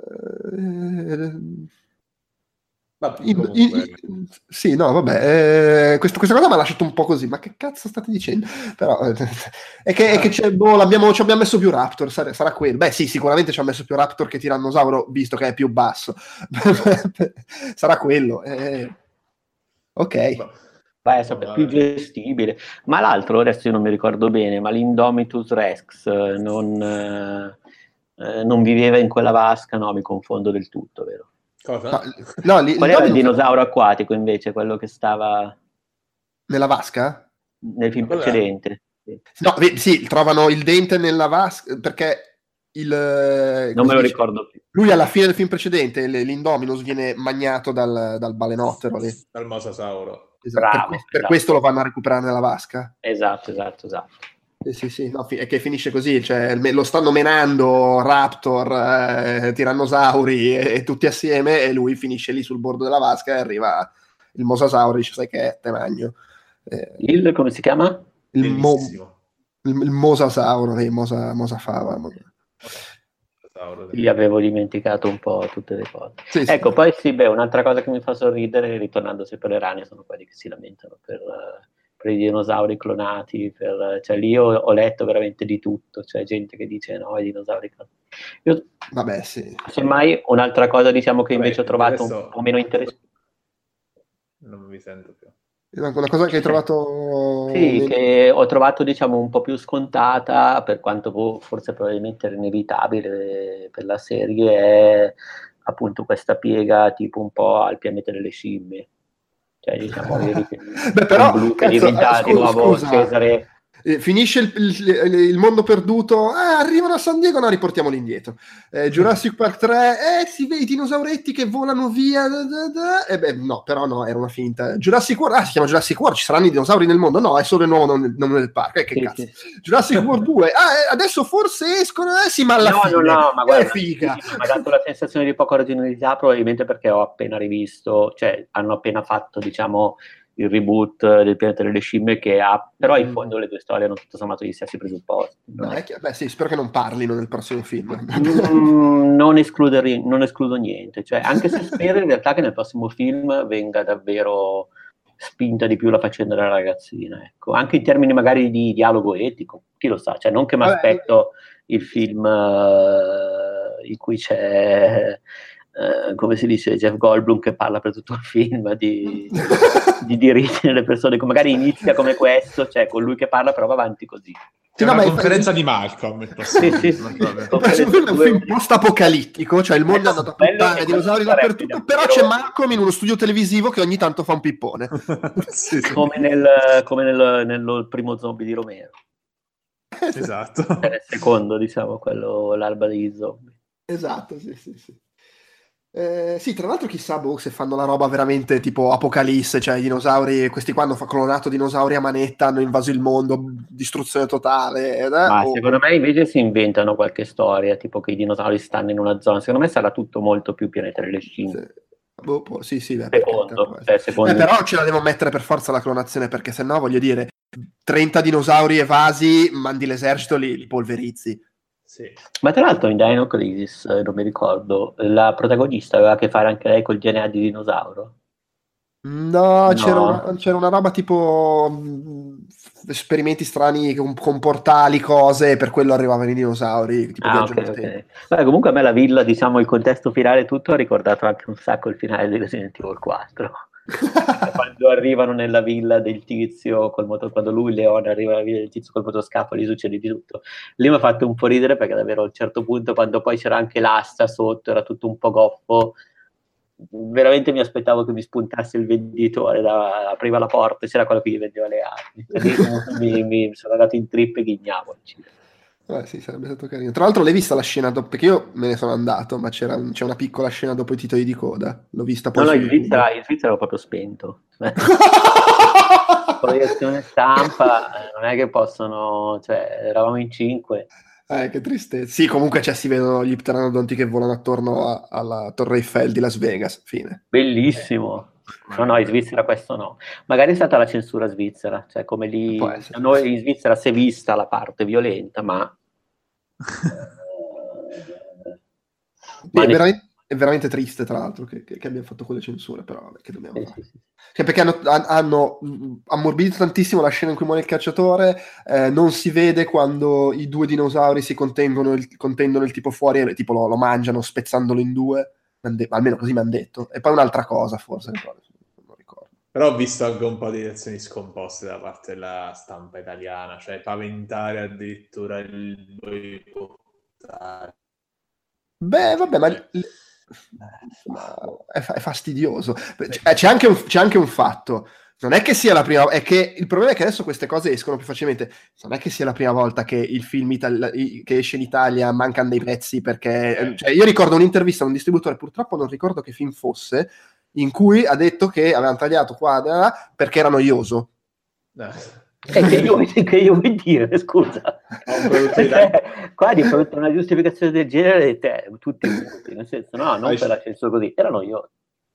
A: Sì, no, vabbè. Questa cosa mi ha lasciato un po' così. Ma che cazzo state dicendo? Però è che ci abbiamo messo più Raptor, sarà quello. Beh, sì, sicuramente ci ha messo più Raptor che Tirannosauro, visto che è più basso. Sarà quello. Ok.
C: È più gestibile. Ma l'altro, adesso io non mi ricordo bene, ma l'Indominus Rex non viveva in quella vasca? No, mi confondo del tutto, vero?
B: Cosa?
C: No, qual era il dinosauro acquatico invece, quello che stava
A: nella vasca?
C: Nel film precedente.
A: No, sì, trovano il dente nella vasca perché
C: non me lo ricordo più.
A: Lui alla fine del film precedente, l'Indominus viene magnato dal balenottero lì.
B: Dal mosasauro.
A: Esatto. Per questo lo vanno a recuperare nella vasca.
C: Esatto.
A: Sì, no, è che finisce così, cioè lo stanno menando Raptor, tirannosauri e tutti assieme, e lui finisce lì sul bordo della vasca e arriva il mosasauro e dice: sai che è, te magno.
C: Come si chiama?
A: Il mosasauro, mosafava.
C: Io avevo dimenticato un po' tutte le cose.
A: Sì,
C: ecco, poi un'altra cosa che mi fa sorridere, ritornando sempre alle rane, sono quelli che si lamentano per i dinosauri clonati, cioè lì ho letto veramente di tutto, cioè gente che dice no, i dinosauri clonati.
A: Vabbè, sì.
C: Semmai un'altra cosa, diciamo, che invece ho trovato un po' meno interessante.
B: Non mi sento più.
A: Una cosa che hai trovato...
C: Sì, che ho trovato, diciamo, un po' più scontata, per quanto forse probabilmente era inevitabile per la serie, è appunto questa piega tipo un po' al pianeta delle scimmie. Cioè, diciamo,
A: però,
C: blu che diventa di nuovo Cesare.
A: Finisce il mondo perduto, arrivano a San Diego, no, riportiamoli indietro. Jurassic Park 3, si vede i dinosauretti che volano via, no, però no, era una finta. Jurassic World, si chiama Jurassic World, ci saranno i dinosauri nel mondo? No, è solo il nuovo nome del parco, che
C: Sì,
A: cazzo.
C: sì.
A: Jurassic World 2, adesso forse escono, sì, ma alla fine,
C: No, ma guarda,
A: figa.
C: mi ha dato la sensazione di poca originalità, probabilmente perché ho appena rivisto, cioè hanno appena fatto, diciamo, il reboot del Pianeta delle Scimmie, che ha, però in fondo le due storie hanno tutto sommato gli stessi presupposti.
A: No, beh, sì, spero che non parlino nel prossimo film.
C: Non escludo niente, cioè, anche se spero in realtà che nel prossimo film venga davvero spinta di più la faccenda della ragazzina, ecco. Anche in termini magari di dialogo etico, chi lo sa, cioè non che mi aspetto il film in cui c'è come si dice, Jeff Goldblum che parla per tutto il film di diritti delle persone, magari inizia come questo, cioè con lui che parla, però va avanti così.
D: C'è una conferenza di Malcolm.
C: Sì.
A: È un film post-apocalittico, cioè il mondo è andato a puttane, dinosauri dappertutto, però c'è Malcolm in uno studio televisivo che ogni tanto fa un pippone.
D: Sì.
C: Come nel primo zombie di Romero.
D: Esatto.
C: Nel secondo, diciamo, quello, l'alba degli zombie.
A: Esatto, sì. Sì, tra l'altro chissà se fanno la roba veramente tipo Apocalisse, cioè i dinosauri, questi qua hanno clonato dinosauri a manetta, hanno invaso il mondo, distruzione totale.
C: Ma secondo me invece si inventano qualche storia, tipo che i dinosauri stanno in una zona, secondo me sarà tutto molto più Pianeta delle Scimmie.
A: Sì,
C: secondo.
A: Però ce la devo mettere per forza la clonazione, perché sennò voglio dire 30 dinosauri evasi, mandi l'esercito, li polverizzi.
D: Sì.
C: Ma tra l'altro in Dino Crisis, non mi ricordo, la protagonista aveva a che fare anche lei col DNA di dinosauro?
A: No. C'era una roba tipo esperimenti strani con portali, cose, e per quello arrivavano i dinosauri. Tipo
C: ok. Beh, comunque a me la villa, diciamo, il contesto finale tutto ha ricordato anche un sacco il finale di Resident Evil 4. Quando arrivano nella villa del tizio col quando lui, Leone, arriva alla villa del tizio col motoscafo, gli succede di tutto. Lì mi ha fatto un po' ridere perché davvero a un certo punto, quando poi c'era anche l'asta sotto, era tutto un po' goffo, veramente mi aspettavo che mi spuntasse il venditore, apriva la porta e c'era quello che gli vendeva le armi. Mi sono andato in trip e ghignavo.
A: Sì, sarebbe stato carino. Tra l'altro l'hai vista la scena dopo, perché io me ne sono andato, ma c'è una piccola scena dopo i titoli di coda. L'ho vista poi.
C: No, in Svizzera ero proprio spento. Proiezione stampa, non è che possono, cioè, eravamo in 5.
A: Che tristezza. Sì, comunque si vedono gli pteranodonti che volano attorno alla Torre Eiffel di Las Vegas. Fine.
C: Bellissimo. No, in Svizzera questo no. Magari è stata la censura svizzera, cioè come lì a noi in Svizzera si è vista la parte violenta, ma
A: è veramente triste, tra l'altro, che abbiano fatto quelle censure, però vabbè, che dobbiamo fare? Sì. Cioè, perché hanno ammorbidito tantissimo la scena in cui muore il cacciatore, non si vede quando i due dinosauri si contendono il tipo fuori e tipo lo mangiano spezzandolo in due, almeno così mi hanno detto. E poi un'altra cosa, forse, non ricordo.
D: Però ho visto anche un po' di reazioni scomposte da parte della stampa italiana, cioè paventare addirittura il boicottaggio.
A: Beh, vabbè, ma è fastidioso. C'è anche un fatto. Non è che sia la prima, è che il problema è che adesso queste cose escono più facilmente. Non è che sia la prima volta che il film che esce in Italia mancano dei pezzi, perché cioè, io ricordo un'intervista a un distributore, purtroppo non ricordo che film fosse, in cui ha detto che avevano tagliato qua perché era noioso.
C: Che io vuoi dire, scusa? Qua di fronte a una giustificazione del genere tutti muti, nel senso, no, non per la censura così, era noioso.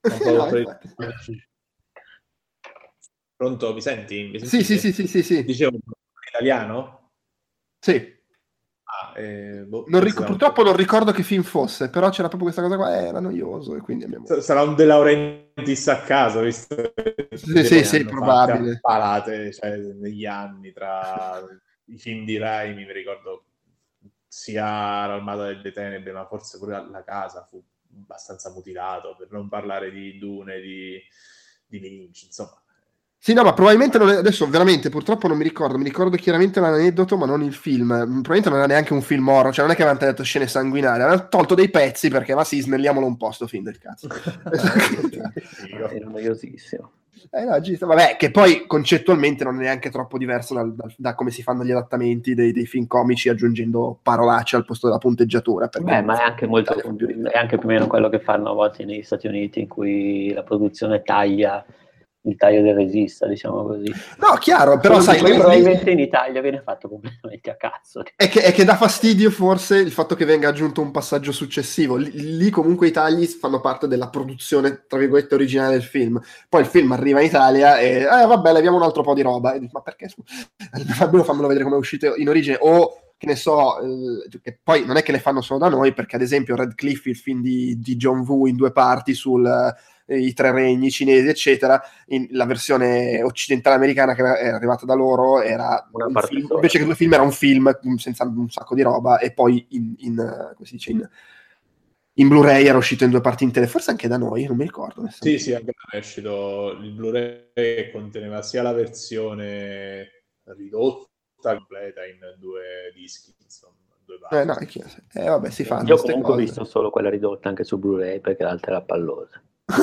D: Pronto, mi senti?
A: Sì.
D: Dicevo, italiano?
A: Sì. Purtroppo non ricordo che film fosse, però c'era proprio questa cosa qua, era noioso, e quindi abbiamo...
D: Sarà un De Laurentiis a caso, visto?
A: Sì, probabile.
D: Parate, cioè, negli anni tra i film di Raimi, mi ricordo sia l'Armata delle Tenebre, ma forse pure La Casa fu abbastanza mutilato, per non parlare di Dune, di Lynch, insomma.
A: Sì, no, ma probabilmente non è, adesso veramente purtroppo non mi ricordo chiaramente l'aneddoto, ma non il film. Probabilmente non era neanche un film horror, cioè non è che avevano tagliato scene sanguinarie, avevano tolto dei pezzi perché, ma sì, snelliamolo un po' sto film del cazzo.
C: Era noiosissimo.
A: No, giusto. Vabbè, che poi concettualmente non è neanche troppo diverso da come si fanno gli adattamenti dei film comici aggiungendo parolacce al posto della punteggiatura.
C: Beh, ma è anche molto, è anche più o meno quello che fanno a volte negli Stati Uniti, in cui la produzione taglia il taglio del regista, diciamo così.
A: No, chiaro, però
C: Quello
A: sai,
C: che poi probabilmente in Italia viene fatto completamente a cazzo.
A: è che dà fastidio forse il fatto che venga aggiunto un passaggio successivo. Lì comunque i tagli fanno parte della produzione, tra virgolette, originale del film. Poi il film arriva in Italia e vabbè, leviamo un altro po' di roba. E dici, ma perché? Almeno fammelo vedere come è uscito in origine. O che ne so, che poi non è che le fanno solo da noi, perché ad esempio Red Cliff, il film di John Woo in 2 parti i 3 regni cinesi, eccetera, la versione occidentale americana che era arrivata da loro era
C: Una
A: un
C: parte
A: film,
C: sola.
A: invece che 2 film era un film senza un sacco di roba, e poi come si dice, in Blu-ray era uscito in 2 parti intere, forse anche da noi, non mi ricordo.
D: Sì, anche da noi è uscito il Blu-ray che conteneva sia la versione ridotta completa in 2 dischi, insomma, 2 parti.
A: No, vabbè, si fanno.
C: Io comunque ho visto solo quella ridotta anche su Blu-ray perché l'altra era pallosa.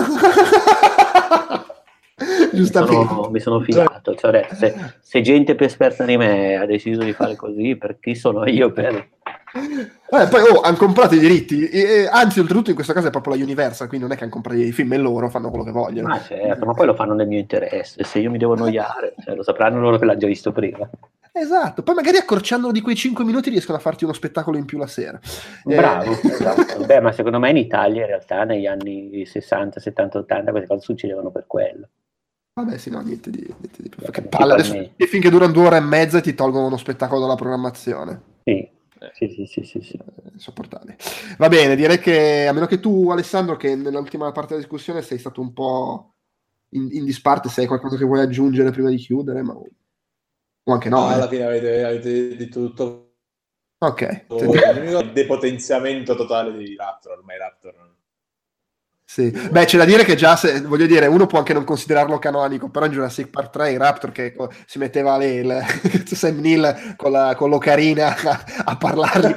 A: Giustamente.
C: Mi sono fidato, cioè, ho detto, se gente più esperta di me ha deciso di fare così, per chi sono io per...
A: Poi hanno comprato i diritti, anzi oltretutto in questo caso è proprio la Universal, quindi non è che hanno comprato i film, e loro fanno quello che vogliono.
C: Ma certo, ma poi lo fanno nel mio interesse, se io mi devo annoiare, cioè, lo sapranno loro che l'hanno già visto prima.
A: Esatto, poi magari accorciandolo di quei 5 minuti riescono a farti uno spettacolo in più la sera.
C: Bravo, esatto. Beh, ma secondo me in Italia in realtà negli anni 60, 70, 80 queste cose succedevano per quello.
A: Vabbè sì, no, niente di più. Che palle, adesso i film che durano 2 ore e mezza e ti tolgono uno spettacolo dalla programmazione.
C: Sì.
A: Insopportabile. Va bene, direi che a meno che tu, Alessandro, che nell'ultima parte della discussione sei stato un po' in disparte, se hai qualcosa che vuoi aggiungere prima di chiudere, ma... o anche no.
D: Alla fine avete detto tutto.
A: Ok.
D: Il depotenziamento totale di Raptor, ormai Raptor non...
A: Sì. Beh, c'è da dire che già, voglio dire, uno può anche non considerarlo canonico, però in Jurassic Park 3 il Raptor che si metteva Sam Neill con l'ocarina a parlargli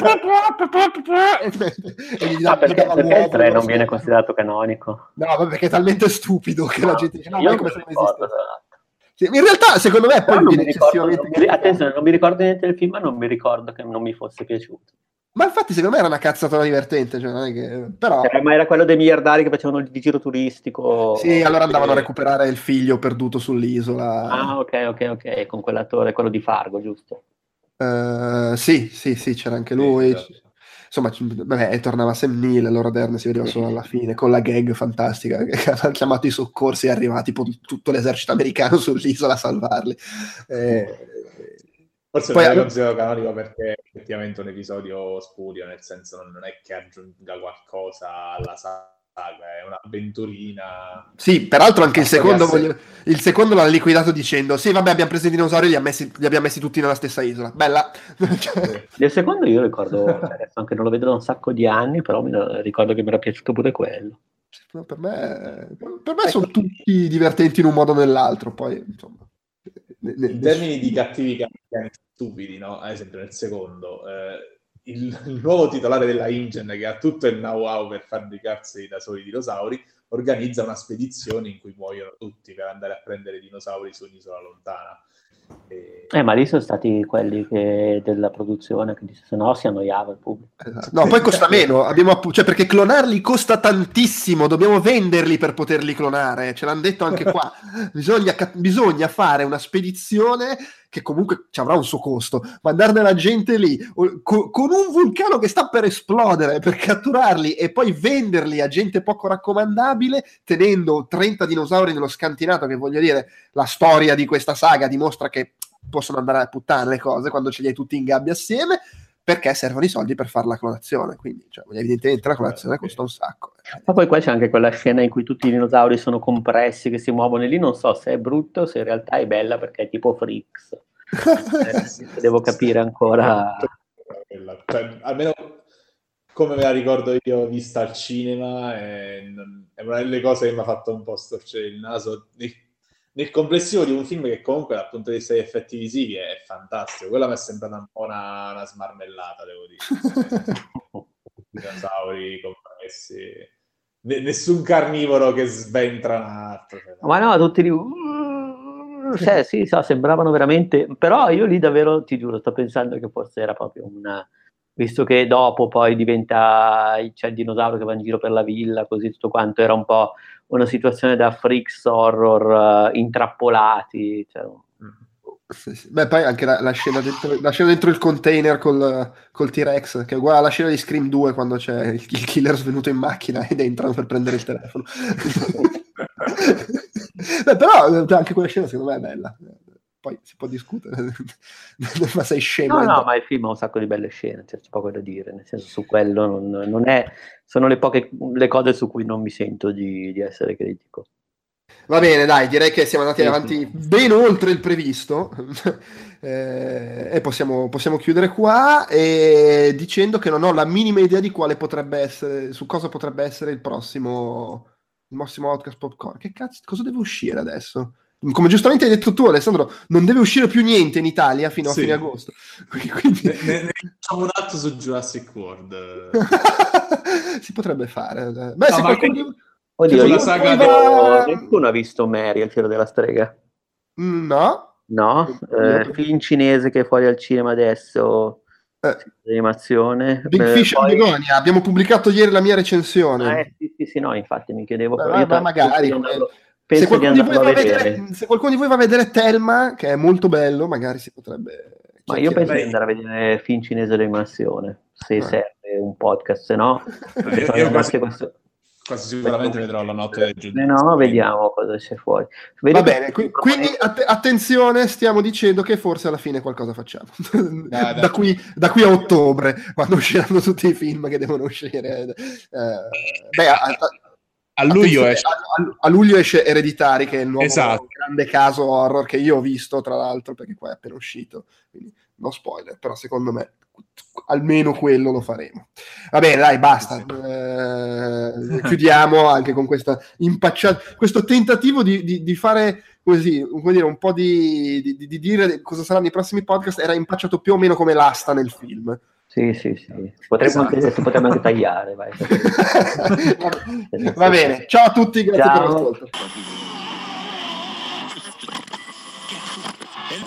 A: e gli dava
C: perché il 3 non
A: l'uovo.
C: viene considerato canonico?
A: No, vabbè, perché è talmente stupido che la gente dice no, ma è come se non
C: ricordo,
A: esistesse. Sì, in realtà secondo me poi viene eccessivamente...
C: Attenzione, non mi ricordo niente del film, ma non mi ricordo che non mi fosse piaciuto.
A: Ma infatti secondo me era una cazzata divertente, cioè non è che... però...
C: ma era quello dei miliardari che facevano il giro turistico.
A: Sì, allora andavano a recuperare il figlio perduto sull'isola.
C: Ah, ok, con quell'attore, quello di Fargo, giusto?
A: Sì, c'era anche lui.
D: Esatto.
A: Insomma, vabbè, tornava Sam Neill, allora Dern si vedeva solo alla fine, con la gag fantastica che hanno chiamato i soccorsi e arriva tipo tutto l'esercito americano sull'isola a salvarli.
D: Forse
A: poi,
D: non è considerato canonico perché effettivamente è un episodio spurio, nel senso non è che aggiunga qualcosa alla saga, è un'avventurina.
A: Sì, peraltro anche il secondo l'ha liquidato dicendo sì, vabbè, abbiamo preso i dinosauri e li abbiamo messi tutti nella stessa isola. Bella.
C: Del secondo io ricordo, adesso anche non lo vedo da un sacco di anni, però ricordo che mi era piaciuto pure quello.
A: Per me sono tutti divertenti in un modo o nell'altro, poi insomma.
D: In termini di cattivi capitani stupidi, no? Ad esempio nel secondo, il nuovo titolare della InGen, che ha tutto il know-how per fabbricarsi da soli dinosauri, organizza una spedizione in cui muoiono tutti per andare a prendere dinosauri su un'isola lontana.
C: Ma lì sono stati quelli della produzione che se no si annoiava il pubblico.
A: Esatto. No, poi costa meno, cioè perché clonarli costa tantissimo, dobbiamo venderli per poterli clonare, ce l'hanno detto anche qua. Bisogna fare una spedizione che comunque ci avrà un suo costo, mandare della gente lì con un vulcano che sta per esplodere per catturarli e poi venderli a gente poco raccomandabile, tenendo 30 dinosauri nello scantinato, che voglio dire, la storia di questa saga dimostra che possono andare a puttane le cose quando ce li hai tutti in gabbia assieme, perché servono i soldi per fare la clonazione, quindi evidentemente la clonazione costa un sacco.
C: Ma poi qua c'è anche quella scena in cui tutti i dinosauri sono compressi, che si muovono, e lì non so se è brutto o se in realtà è bella perché è tipo Freaks. Devo capire ancora.
D: Cioè, almeno come me la ricordo io vista al cinema, è una delle cose che mi ha fatto un po' storcere il naso nel complessivo di un film che comunque dal punto di vista degli effetti visivi è fantastico. Quella mi è sembrata un po' una smarmellata, devo dire. I dinosauri compressi. nessun carnivoro che sventra un altro.
C: Ma no, tutti lì... sì, sembravano veramente... Però io lì davvero, ti giuro, sto pensando che forse era proprio una... Visto che dopo poi c'è il dinosauro che va in giro per la villa, così tutto quanto, era un po' una situazione da freaks horror intrappolati. Cioè...
A: Sì. Beh, poi anche la scena dentro il container col T-Rex, che è uguale alla scena di Scream 2 quando c'è il killer svenuto in macchina ed entrano per prendere il telefono. Beh, però anche quella scena secondo me è bella. Poi si può discutere, ma sei scemo.
C: No, ma il film ha un sacco di belle scene, c'è poco da dire, nel senso, su quello non è... Sono le cose su cui non mi sento di essere critico.
A: Va bene, dai, direi che siamo andati avanti ben oltre il previsto e possiamo chiudere qua dicendo che non ho la minima idea di quale potrebbe essere, su cosa potrebbe essere il prossimo Outcast Popcorn. Che cazzo, cosa deve uscire adesso? Come giustamente hai detto tu, Alessandro, non deve uscire più niente in Italia fino a fine agosto. Quindi...
D: Ne facciamo un altro su Jurassic World.
A: Si potrebbe fare. Beh, se qualcuno...
C: Oddio, nessuno ha visto Mary al Fiero della Strega?
A: No.
C: Film cinese che è fuori al cinema adesso, animazione.
A: Big Fish and Begonia, abbiamo pubblicato ieri la mia recensione.
C: Sì, no, infatti mi chiedevo.
A: Ma magari se qualcuno di voi va a vedere Thelma, che è molto bello, magari si potrebbe...
C: Ma io penso di andare a vedere film cinese d'animazione, se serve un podcast, se no...
B: Quasi sicuramente vedrò La notte del giudizio.
C: No, vediamo cosa c'è fuori.
A: Va bene, quindi attenzione, stiamo dicendo che forse alla fine qualcosa facciamo. Da qui a ottobre, quando usciranno tutti i film che devono uscire.
B: A luglio esce.
A: A luglio esce Ereditari, che è il nuovo grande caso horror che io ho visto, tra l'altro, perché qua è appena uscito. Quindi no spoiler, però secondo me almeno quello lo faremo. Va bene, dai, basta. Chiudiamo anche con questa impacciata, questo tentativo di fare così, come dire, un po' di dire cosa saranno i prossimi podcast. Era impacciato più o meno come l'asta nel film.
C: Sì. Potremmo anche tagliare. Vai.
A: Va bene, ciao a tutti, grazie per l'ascolto.